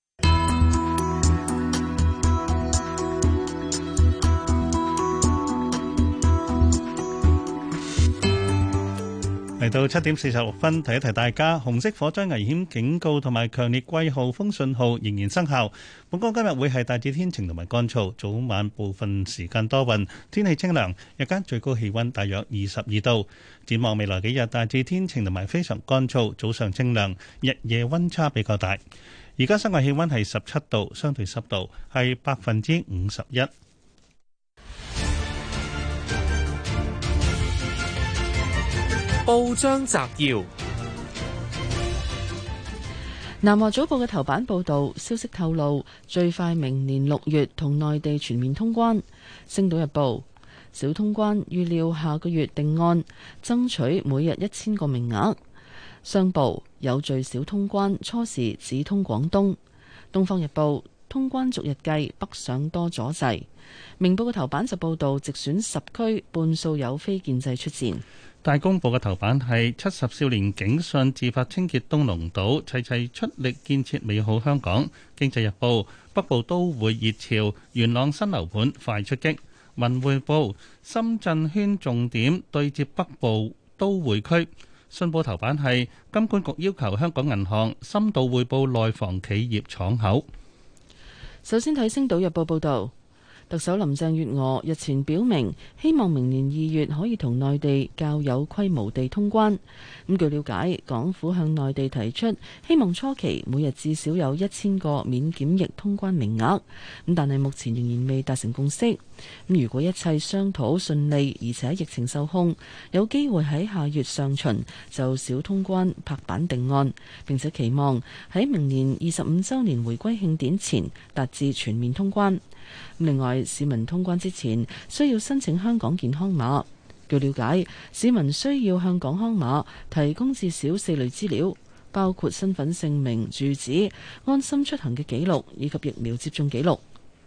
嚟到七點四十六分，提一提大家，紅色火災危險警告同埋強烈季候風信號仍然生效。本港今日會係大致天晴同埋乾燥，早晚部分時間多雲，天氣清涼，日間最高氣溫大約二十二度。展望未來幾日，大致天晴同埋非常乾燥，早上清涼，日夜溫差比較大。而家室外氣溫係十七度，相對濕度係百分之五十一。 報章摘要： 南華早報嘅頭版報道，消息透露最快明年六月同內地全面通關。星島日報小通關預料下個月定案，爭取每日一千個名額。商報有序小通關，初時只通廣東。東方日報通關逐日計，北上多阻滯。明報嘅頭版就報道直選十區，半數有非建制出戰。 大公報嘅頭版係七十少年警訊自發清潔東龍島，齊齊出力建設美好香港。經濟日報北部都會熱潮，元朗新樓盤快出擊。文匯報深圳圈重點對接北部都會區。信報頭版係金管局要求香港銀行深度匯報內房企業敞口。 首先睇星島日報報導。特首林鄭月娥日前表明，希望明年二月可以同內地較有規模地通關。咁據了解，港府向內地提出希望初期每日至少有一千個免檢疫通關名額。咁但係目前仍然未達成共識。咁如果一切商討順利，而且疫情受控，有機會喺下月上旬就小通關拍板定案，並且期望喺明年二十五週年回歸慶典前達至全面通關。另外，市民通關之前需要申請香港健康碼。據了解，市民需要向港康碼提供至少四類資料，包括身份證明、住址、安心出行嘅記錄以及疫苗接種記錄。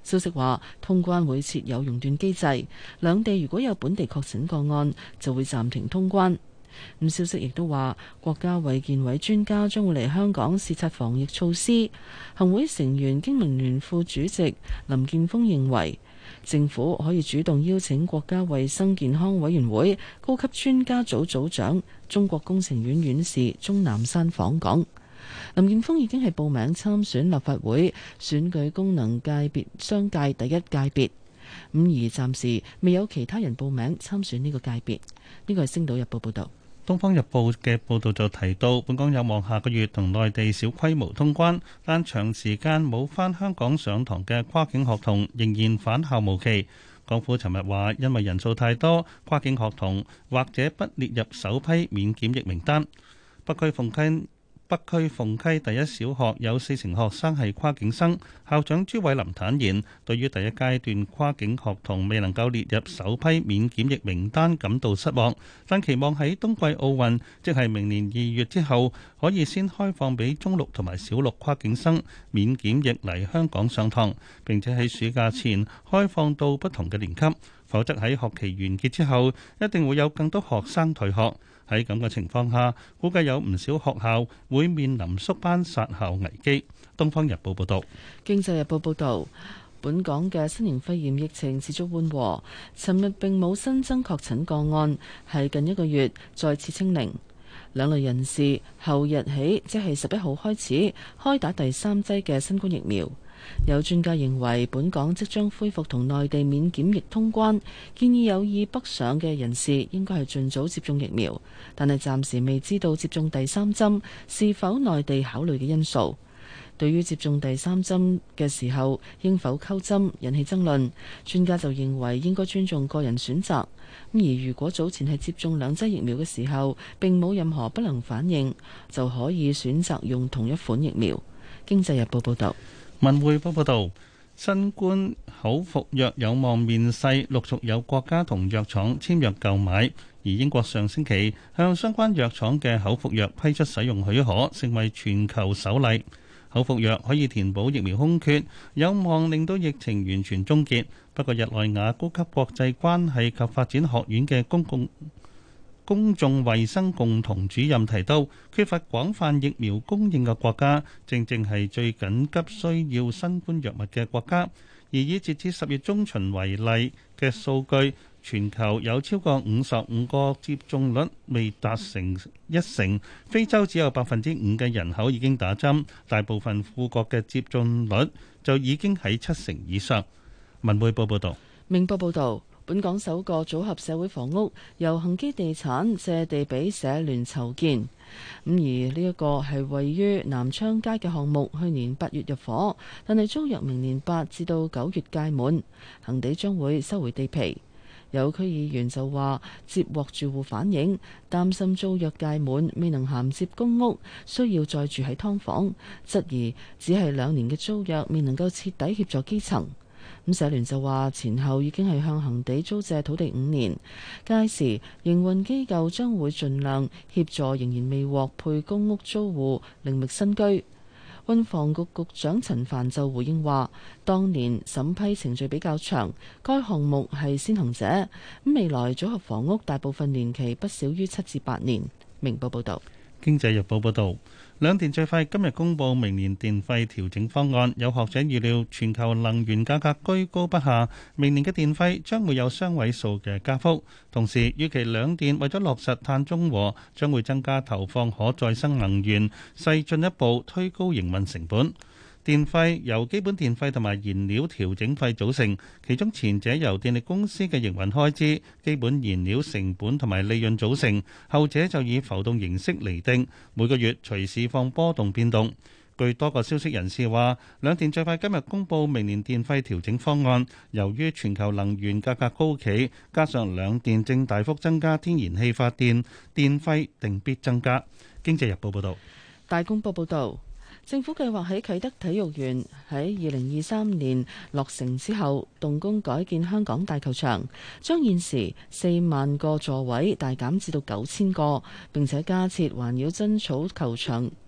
消息話，通關會設有熔斷機制，兩地如果有本地確診個案，就會暫停通關。咁消息亦都話，國家衛健委專家將會嚟香港視察防疫措施。行會成員經民聯副主席林健鋒認為，政府可以主動邀請國家衛生健康委員會高級專家組組長、中國工程院院士鍾南山訪港。林健鋒已經係報名參選立法會選舉功能界別商界第一界別，咁而暫時未有其他人報名參選呢個界別。呢個係《星島日報》報導。 《東方日報》嘅報導就提到，本港有望下個月同內地小規模通關，但長時間冇返香港上堂嘅跨境學童仍然返校無期。港府尋日話，因為人數太多，跨境學童或者不列入首批免檢疫名單。北區鳳溪北區鳳溪第一小學有四成學生係跨境生，校長朱偉林坦言，對於第一階段跨境學童未能夠列入首批免檢疫名單感到失望，但期望喺冬季奧運，即係明年二月之後，可以先開放俾中六同埋小六跨境生免檢疫嚟香港上堂，並且喺暑假前開放到不同嘅年級，否則喺學期完結之後，一定會有更多學生退學。喺咁嘅情況下，估計有唔少學校會面臨縮班殺校危機。《東方日報》報道。《 經濟日報》報導，本港嘅新型肺炎疫情持續緩和，尋日並冇新增確診個案，係近一個月再次清零。兩類人士後日起，即係十一號開始開打第三劑嘅新冠疫苗。有專家認為，本港即將恢復同內地免檢疫通關，建議有意北上嘅人士應該係盡早接種疫苗，但係暫時未知道接種第三針是否內地考慮嘅因素。對於接種第三針嘅時候應否溝針引起爭論，專家就認為應該尊重個人選擇。而如果早前係接種兩劑疫苗嘅時候並冇任何不良反應，就可以選擇用同一款疫苗。經濟日報報導。 文匯報報道，新冠口服藥有望面世，陸續有國家同藥廠簽約購買。而英國上星期向相關藥廠嘅口服藥批出使用許可，成為全球首例。口服藥可以填補疫苗空缺，有望令到疫情完全終結。不過，日內瓦高級國際關係及發展學院嘅公共公眾衛生共同主任提到，缺乏廣泛疫苗供應嘅國家，正正係最緊急需要新冠藥物嘅國家。而以截至十月中旬為例嘅數據，全球有超過五十五個接種率未達成一成，非洲只有百分之五嘅人口已經打針，大部分富國嘅接種率就已經喺七成以上。文匯報報道。 明報報導。本港首個組合社會房屋由恒基地產借地俾社聯籌建，咁而呢一個係位於南昌街嘅項目，去年八月入伙，但係租約明年八至到九月屆滿，恒地將會收回地皮。有區議員就話接獲住戶反映，擔心租約屆滿未能銜接公屋，需要再住喺劏房，質疑只係兩年嘅租約未能夠徹底協助基層。咁社聯就話前後已經係向恒地租借土地五年，屆時營運機構將會盡量協助仍然未獲配公屋租戶另覓新居。運房局局長陳帆就回應話，當年審批程序比較長，該項目係先行者，咁未來組合房屋大部分年期不少於七至八年。明報報道。 經濟日報報導，兩電最快今日公布明年電費調整方案。有學者預料，全球能源價格居高不下，明年嘅電費將會有雙位數嘅加幅。同時，預期兩電為咗落實碳中和，將會增加投放可再生能源，勢進一步推高營運成本。電費由基本電費同埋燃料調整費組成，其中前者由電力公司嘅營運開支、基本燃料成本同埋利潤組成，後者就以浮動形式釐定，每個月隨市況波動變動。據多個消息人士話，兩電最快今日公布明年電費調整方案。由於全球能源價格高企，加上兩電正大幅增加天然氣發電，電費定必增加。經濟日報報道。 大公報報導。政府計劃喺啟德體育園喺二零二三年落成之後動工改建香港大球場，將現時四萬個座位大減至到九千個，並且加設環繞真草球場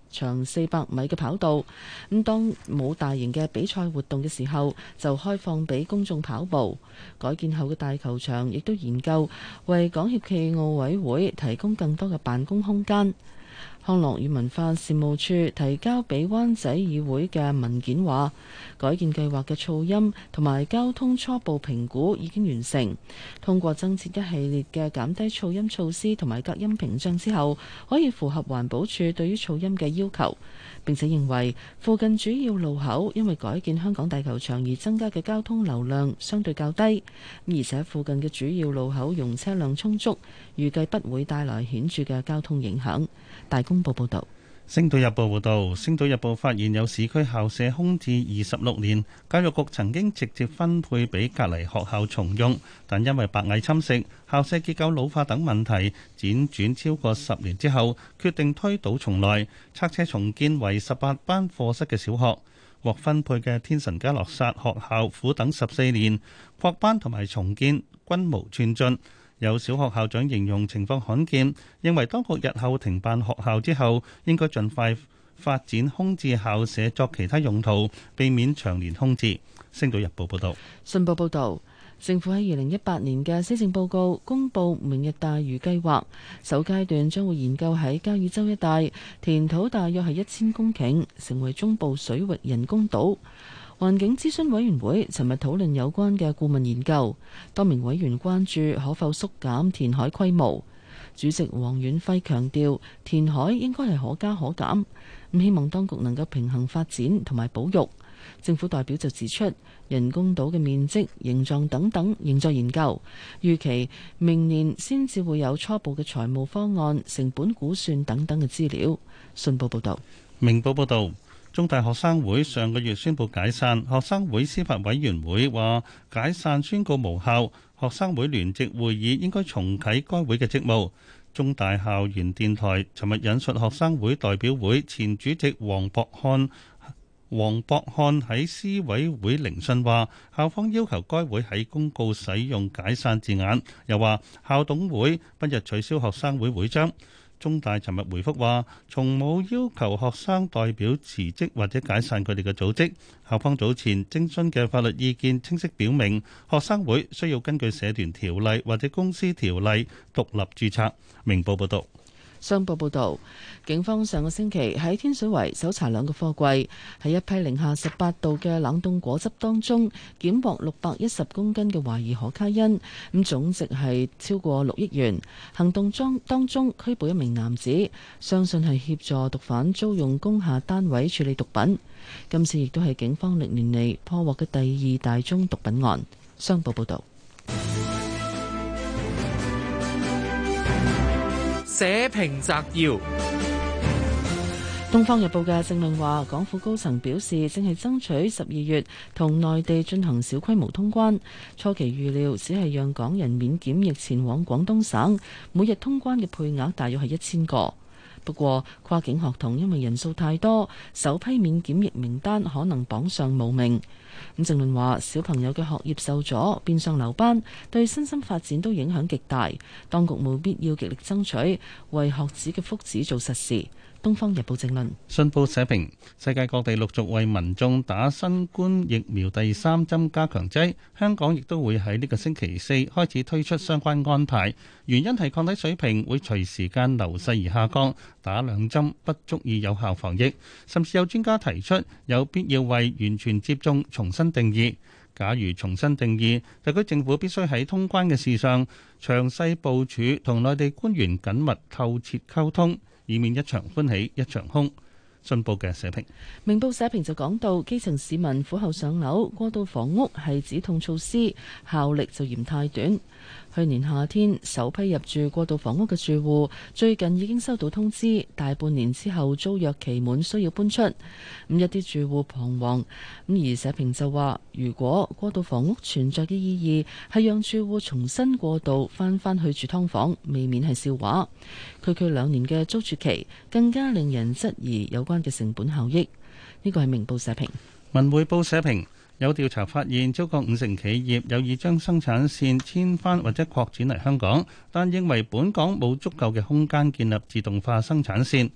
長四百米嘅跑道。咁當冇大型嘅比賽活動嘅時候，就開放俾公眾跑步。改建後嘅大球場亦都研究為港協暨奧委會提供更多嘅辦公空間。康樂與文化事務處提交俾灣仔議會嘅文件話，改建計劃嘅噪音同埋交通初步評估已經完成，通過增設一系列嘅減低噪音措施同埋隔音屏障之後，可以符合環保署對於噪音嘅要求。並且認為附近主要路口因為改建香港大球場而增加嘅交通流量相對較低，而且附近嘅主要路口容車輛充足，預計不會帶來顯著嘅交通影響。大公報報導。 《星島日報》報導，《星島日報》發現有市區校舍空置二十六年，教育局曾經直接分配俾隔離學校重用，但因為白蟻侵蝕、校舍結構老化等問題，輾轉超過十年之後，決定推倒重來，拆卸重建為十八班課室嘅小學。獲分配嘅天神嘉諾撒學校苦等十四年，擴班同埋重建均無寸進。有小學校長形容情況罕見，認為當局日後停辦學校之後，應該盡快發展空置校舍作其他用途，避免長年空置。星島日報報道。 信報報導，政府喺二零一八年嘅施政報告公布明日大嶼計劃，首階段將會研究喺交椅洲一帶填土大約係一千公頃，成為中部水域人工島。環境諮詢委員會尋日討論有關嘅顧問研究，多名委員關注可否縮減填海規模。主席黃遠輝強調，填海應該係可加可減，咁希望當局能夠平衡發展同埋保育。政府代表就指出，人工島嘅面積、形狀等等仍在研究，預期明年先至會有初步嘅財務方案、成本估算等等嘅資料。信報報道。 明報報導。中大學生會上個月宣布解散，學生會司法委員會話解散宣告無效，學生會聯席會議應該重啟該會嘅職務。中大校園電台尋日引述學生會代表會前主席黃博漢黃博漢喺司委會聆訊話，校方要求該會喺公告使用解散字眼，又話校董會不日取消學生會會章。中大尋日回覆話，從冇要求學生代表辭職或者解散佢哋嘅組織。校方早前徵詢嘅法律意見清晰表明，學生會需要根據社團條例或者公司條例獨立註冊。明報報道。 商報報導，警方上個星期喺天水圍搜查兩個貨櫃，喺一批零下十八度嘅冷凍果汁當中，檢獲六百一十公斤嘅懷疑可卡因，咁總值係超過六億元。行動中當中拘捕一名男子，相信係協助毒販租用工廈單位處理毒品。今次亦都係警方歷年嚟破獲嘅第二大宗毒品案。商報報導。 社評摘要：《 東方日報》嘅正論話，港府高層表示正係爭取十二月同內地進行小規模通關，初期預料只係讓港人免檢疫前往廣東省，每日通關嘅配額大約係一千個。不過跨境學童因為人數太多，首批免檢疫名單可能榜上無名。咁正論話，小朋友嘅學業受阻，變相留班，對身心發展都影響極大。當局務必要極力爭取，為學子嘅福祉做實事。《東方日報》正論。 信報社評：世界各地陸續為民眾打新冠疫苗第三針加強劑，香港亦都會喺呢個星期四開始推出相關安排。原因係抗體水平會隨時間流逝而下降，打兩針不足以有效防疫。甚至有專家提出有必要為完全接種重新定義。假如重新定義，特區政府必須喺通關嘅事上詳細部署，同內地官員緊密透徹溝通，以免一場歡喜一場空。信報嘅社評。 明報社評就講到，基層市民苦候上樓，過渡房屋係止痛措施，效力就嫌太短。去年夏天首批入住過渡房屋嘅住戶，最近已經收到通知，大半年之後租約期滿需要搬出。咁一啲住戶彷徨，咁而社評就話，如果過渡房屋存在嘅意義係讓住戶重新過渡翻翻去住劏房，未免係笑話。區區兩年嘅租住期，更加令人質疑有關嘅成本效益。呢個係明報社評。 文匯報社評。有調查發現，超過五成企業有意將生產線遷翻或者擴展嚟香港，但認為本港冇足夠嘅空間建立自動化生產線。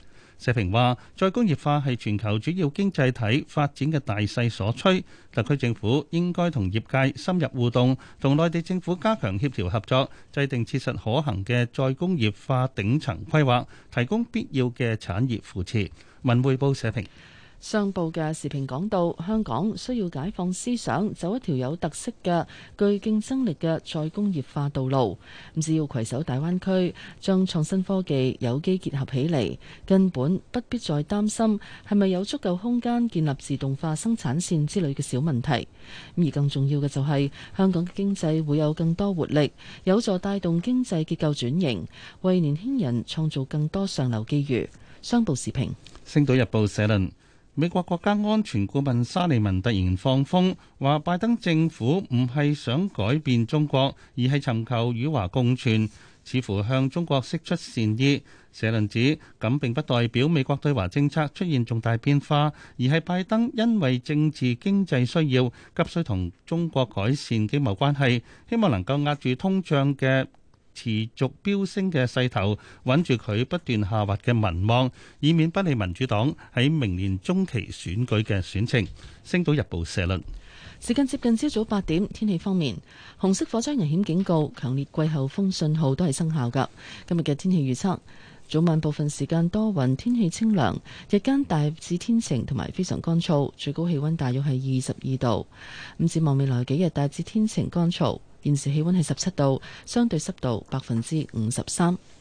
社評話，再工業化係全球主要經濟體發展嘅大勢所趨，特區政府應該同業界深入互動，同內地政府加強協調合作，制定切實可行嘅再工業化頂層規劃，提供必要嘅產業扶持。文匯報社評。 上報嘅時評講到，香港需要解放思想，走一條有特色嘅、具競爭力嘅再工業化道路。咁只要攜手大灣區，將創新科技有機結合起嚟，根本不必再擔心係咪有足夠空間建立自動化生產線之類嘅小問題。而更重要嘅就係、是、香港嘅經濟會有更多活力，有助帶動經濟結構轉型，為年輕人創造更多上流機遇。商報時評。 星島日報社論。美國國家安全顧問沙利文突然放風，話拜登政府唔係想改變中國，而係尋求與華共存，似乎向中國釋出善意。社論指，咁並不代表美國對華政策出現重大變化，而係拜登因為政治經濟需要，急需同中國改善經貿關係，希望能夠壓住通脹嘅持續飆升嘅勢頭，穩住佢不斷下滑嘅民望，以免不利民主黨喺明年中期選舉嘅選情。星島日報社論。 時間接近朝早八點，天氣方面，紅色火災危險警告、強烈季候風信號都係生效㗎。今日嘅天氣預測，早晚部分時間多雲，天氣清涼，日間大致天晴同埋非常乾燥，最高氣溫大約係二十二度。咁展望未來幾日大致天晴乾燥。現時氣溫係十七度，相對濕度百分之五十三。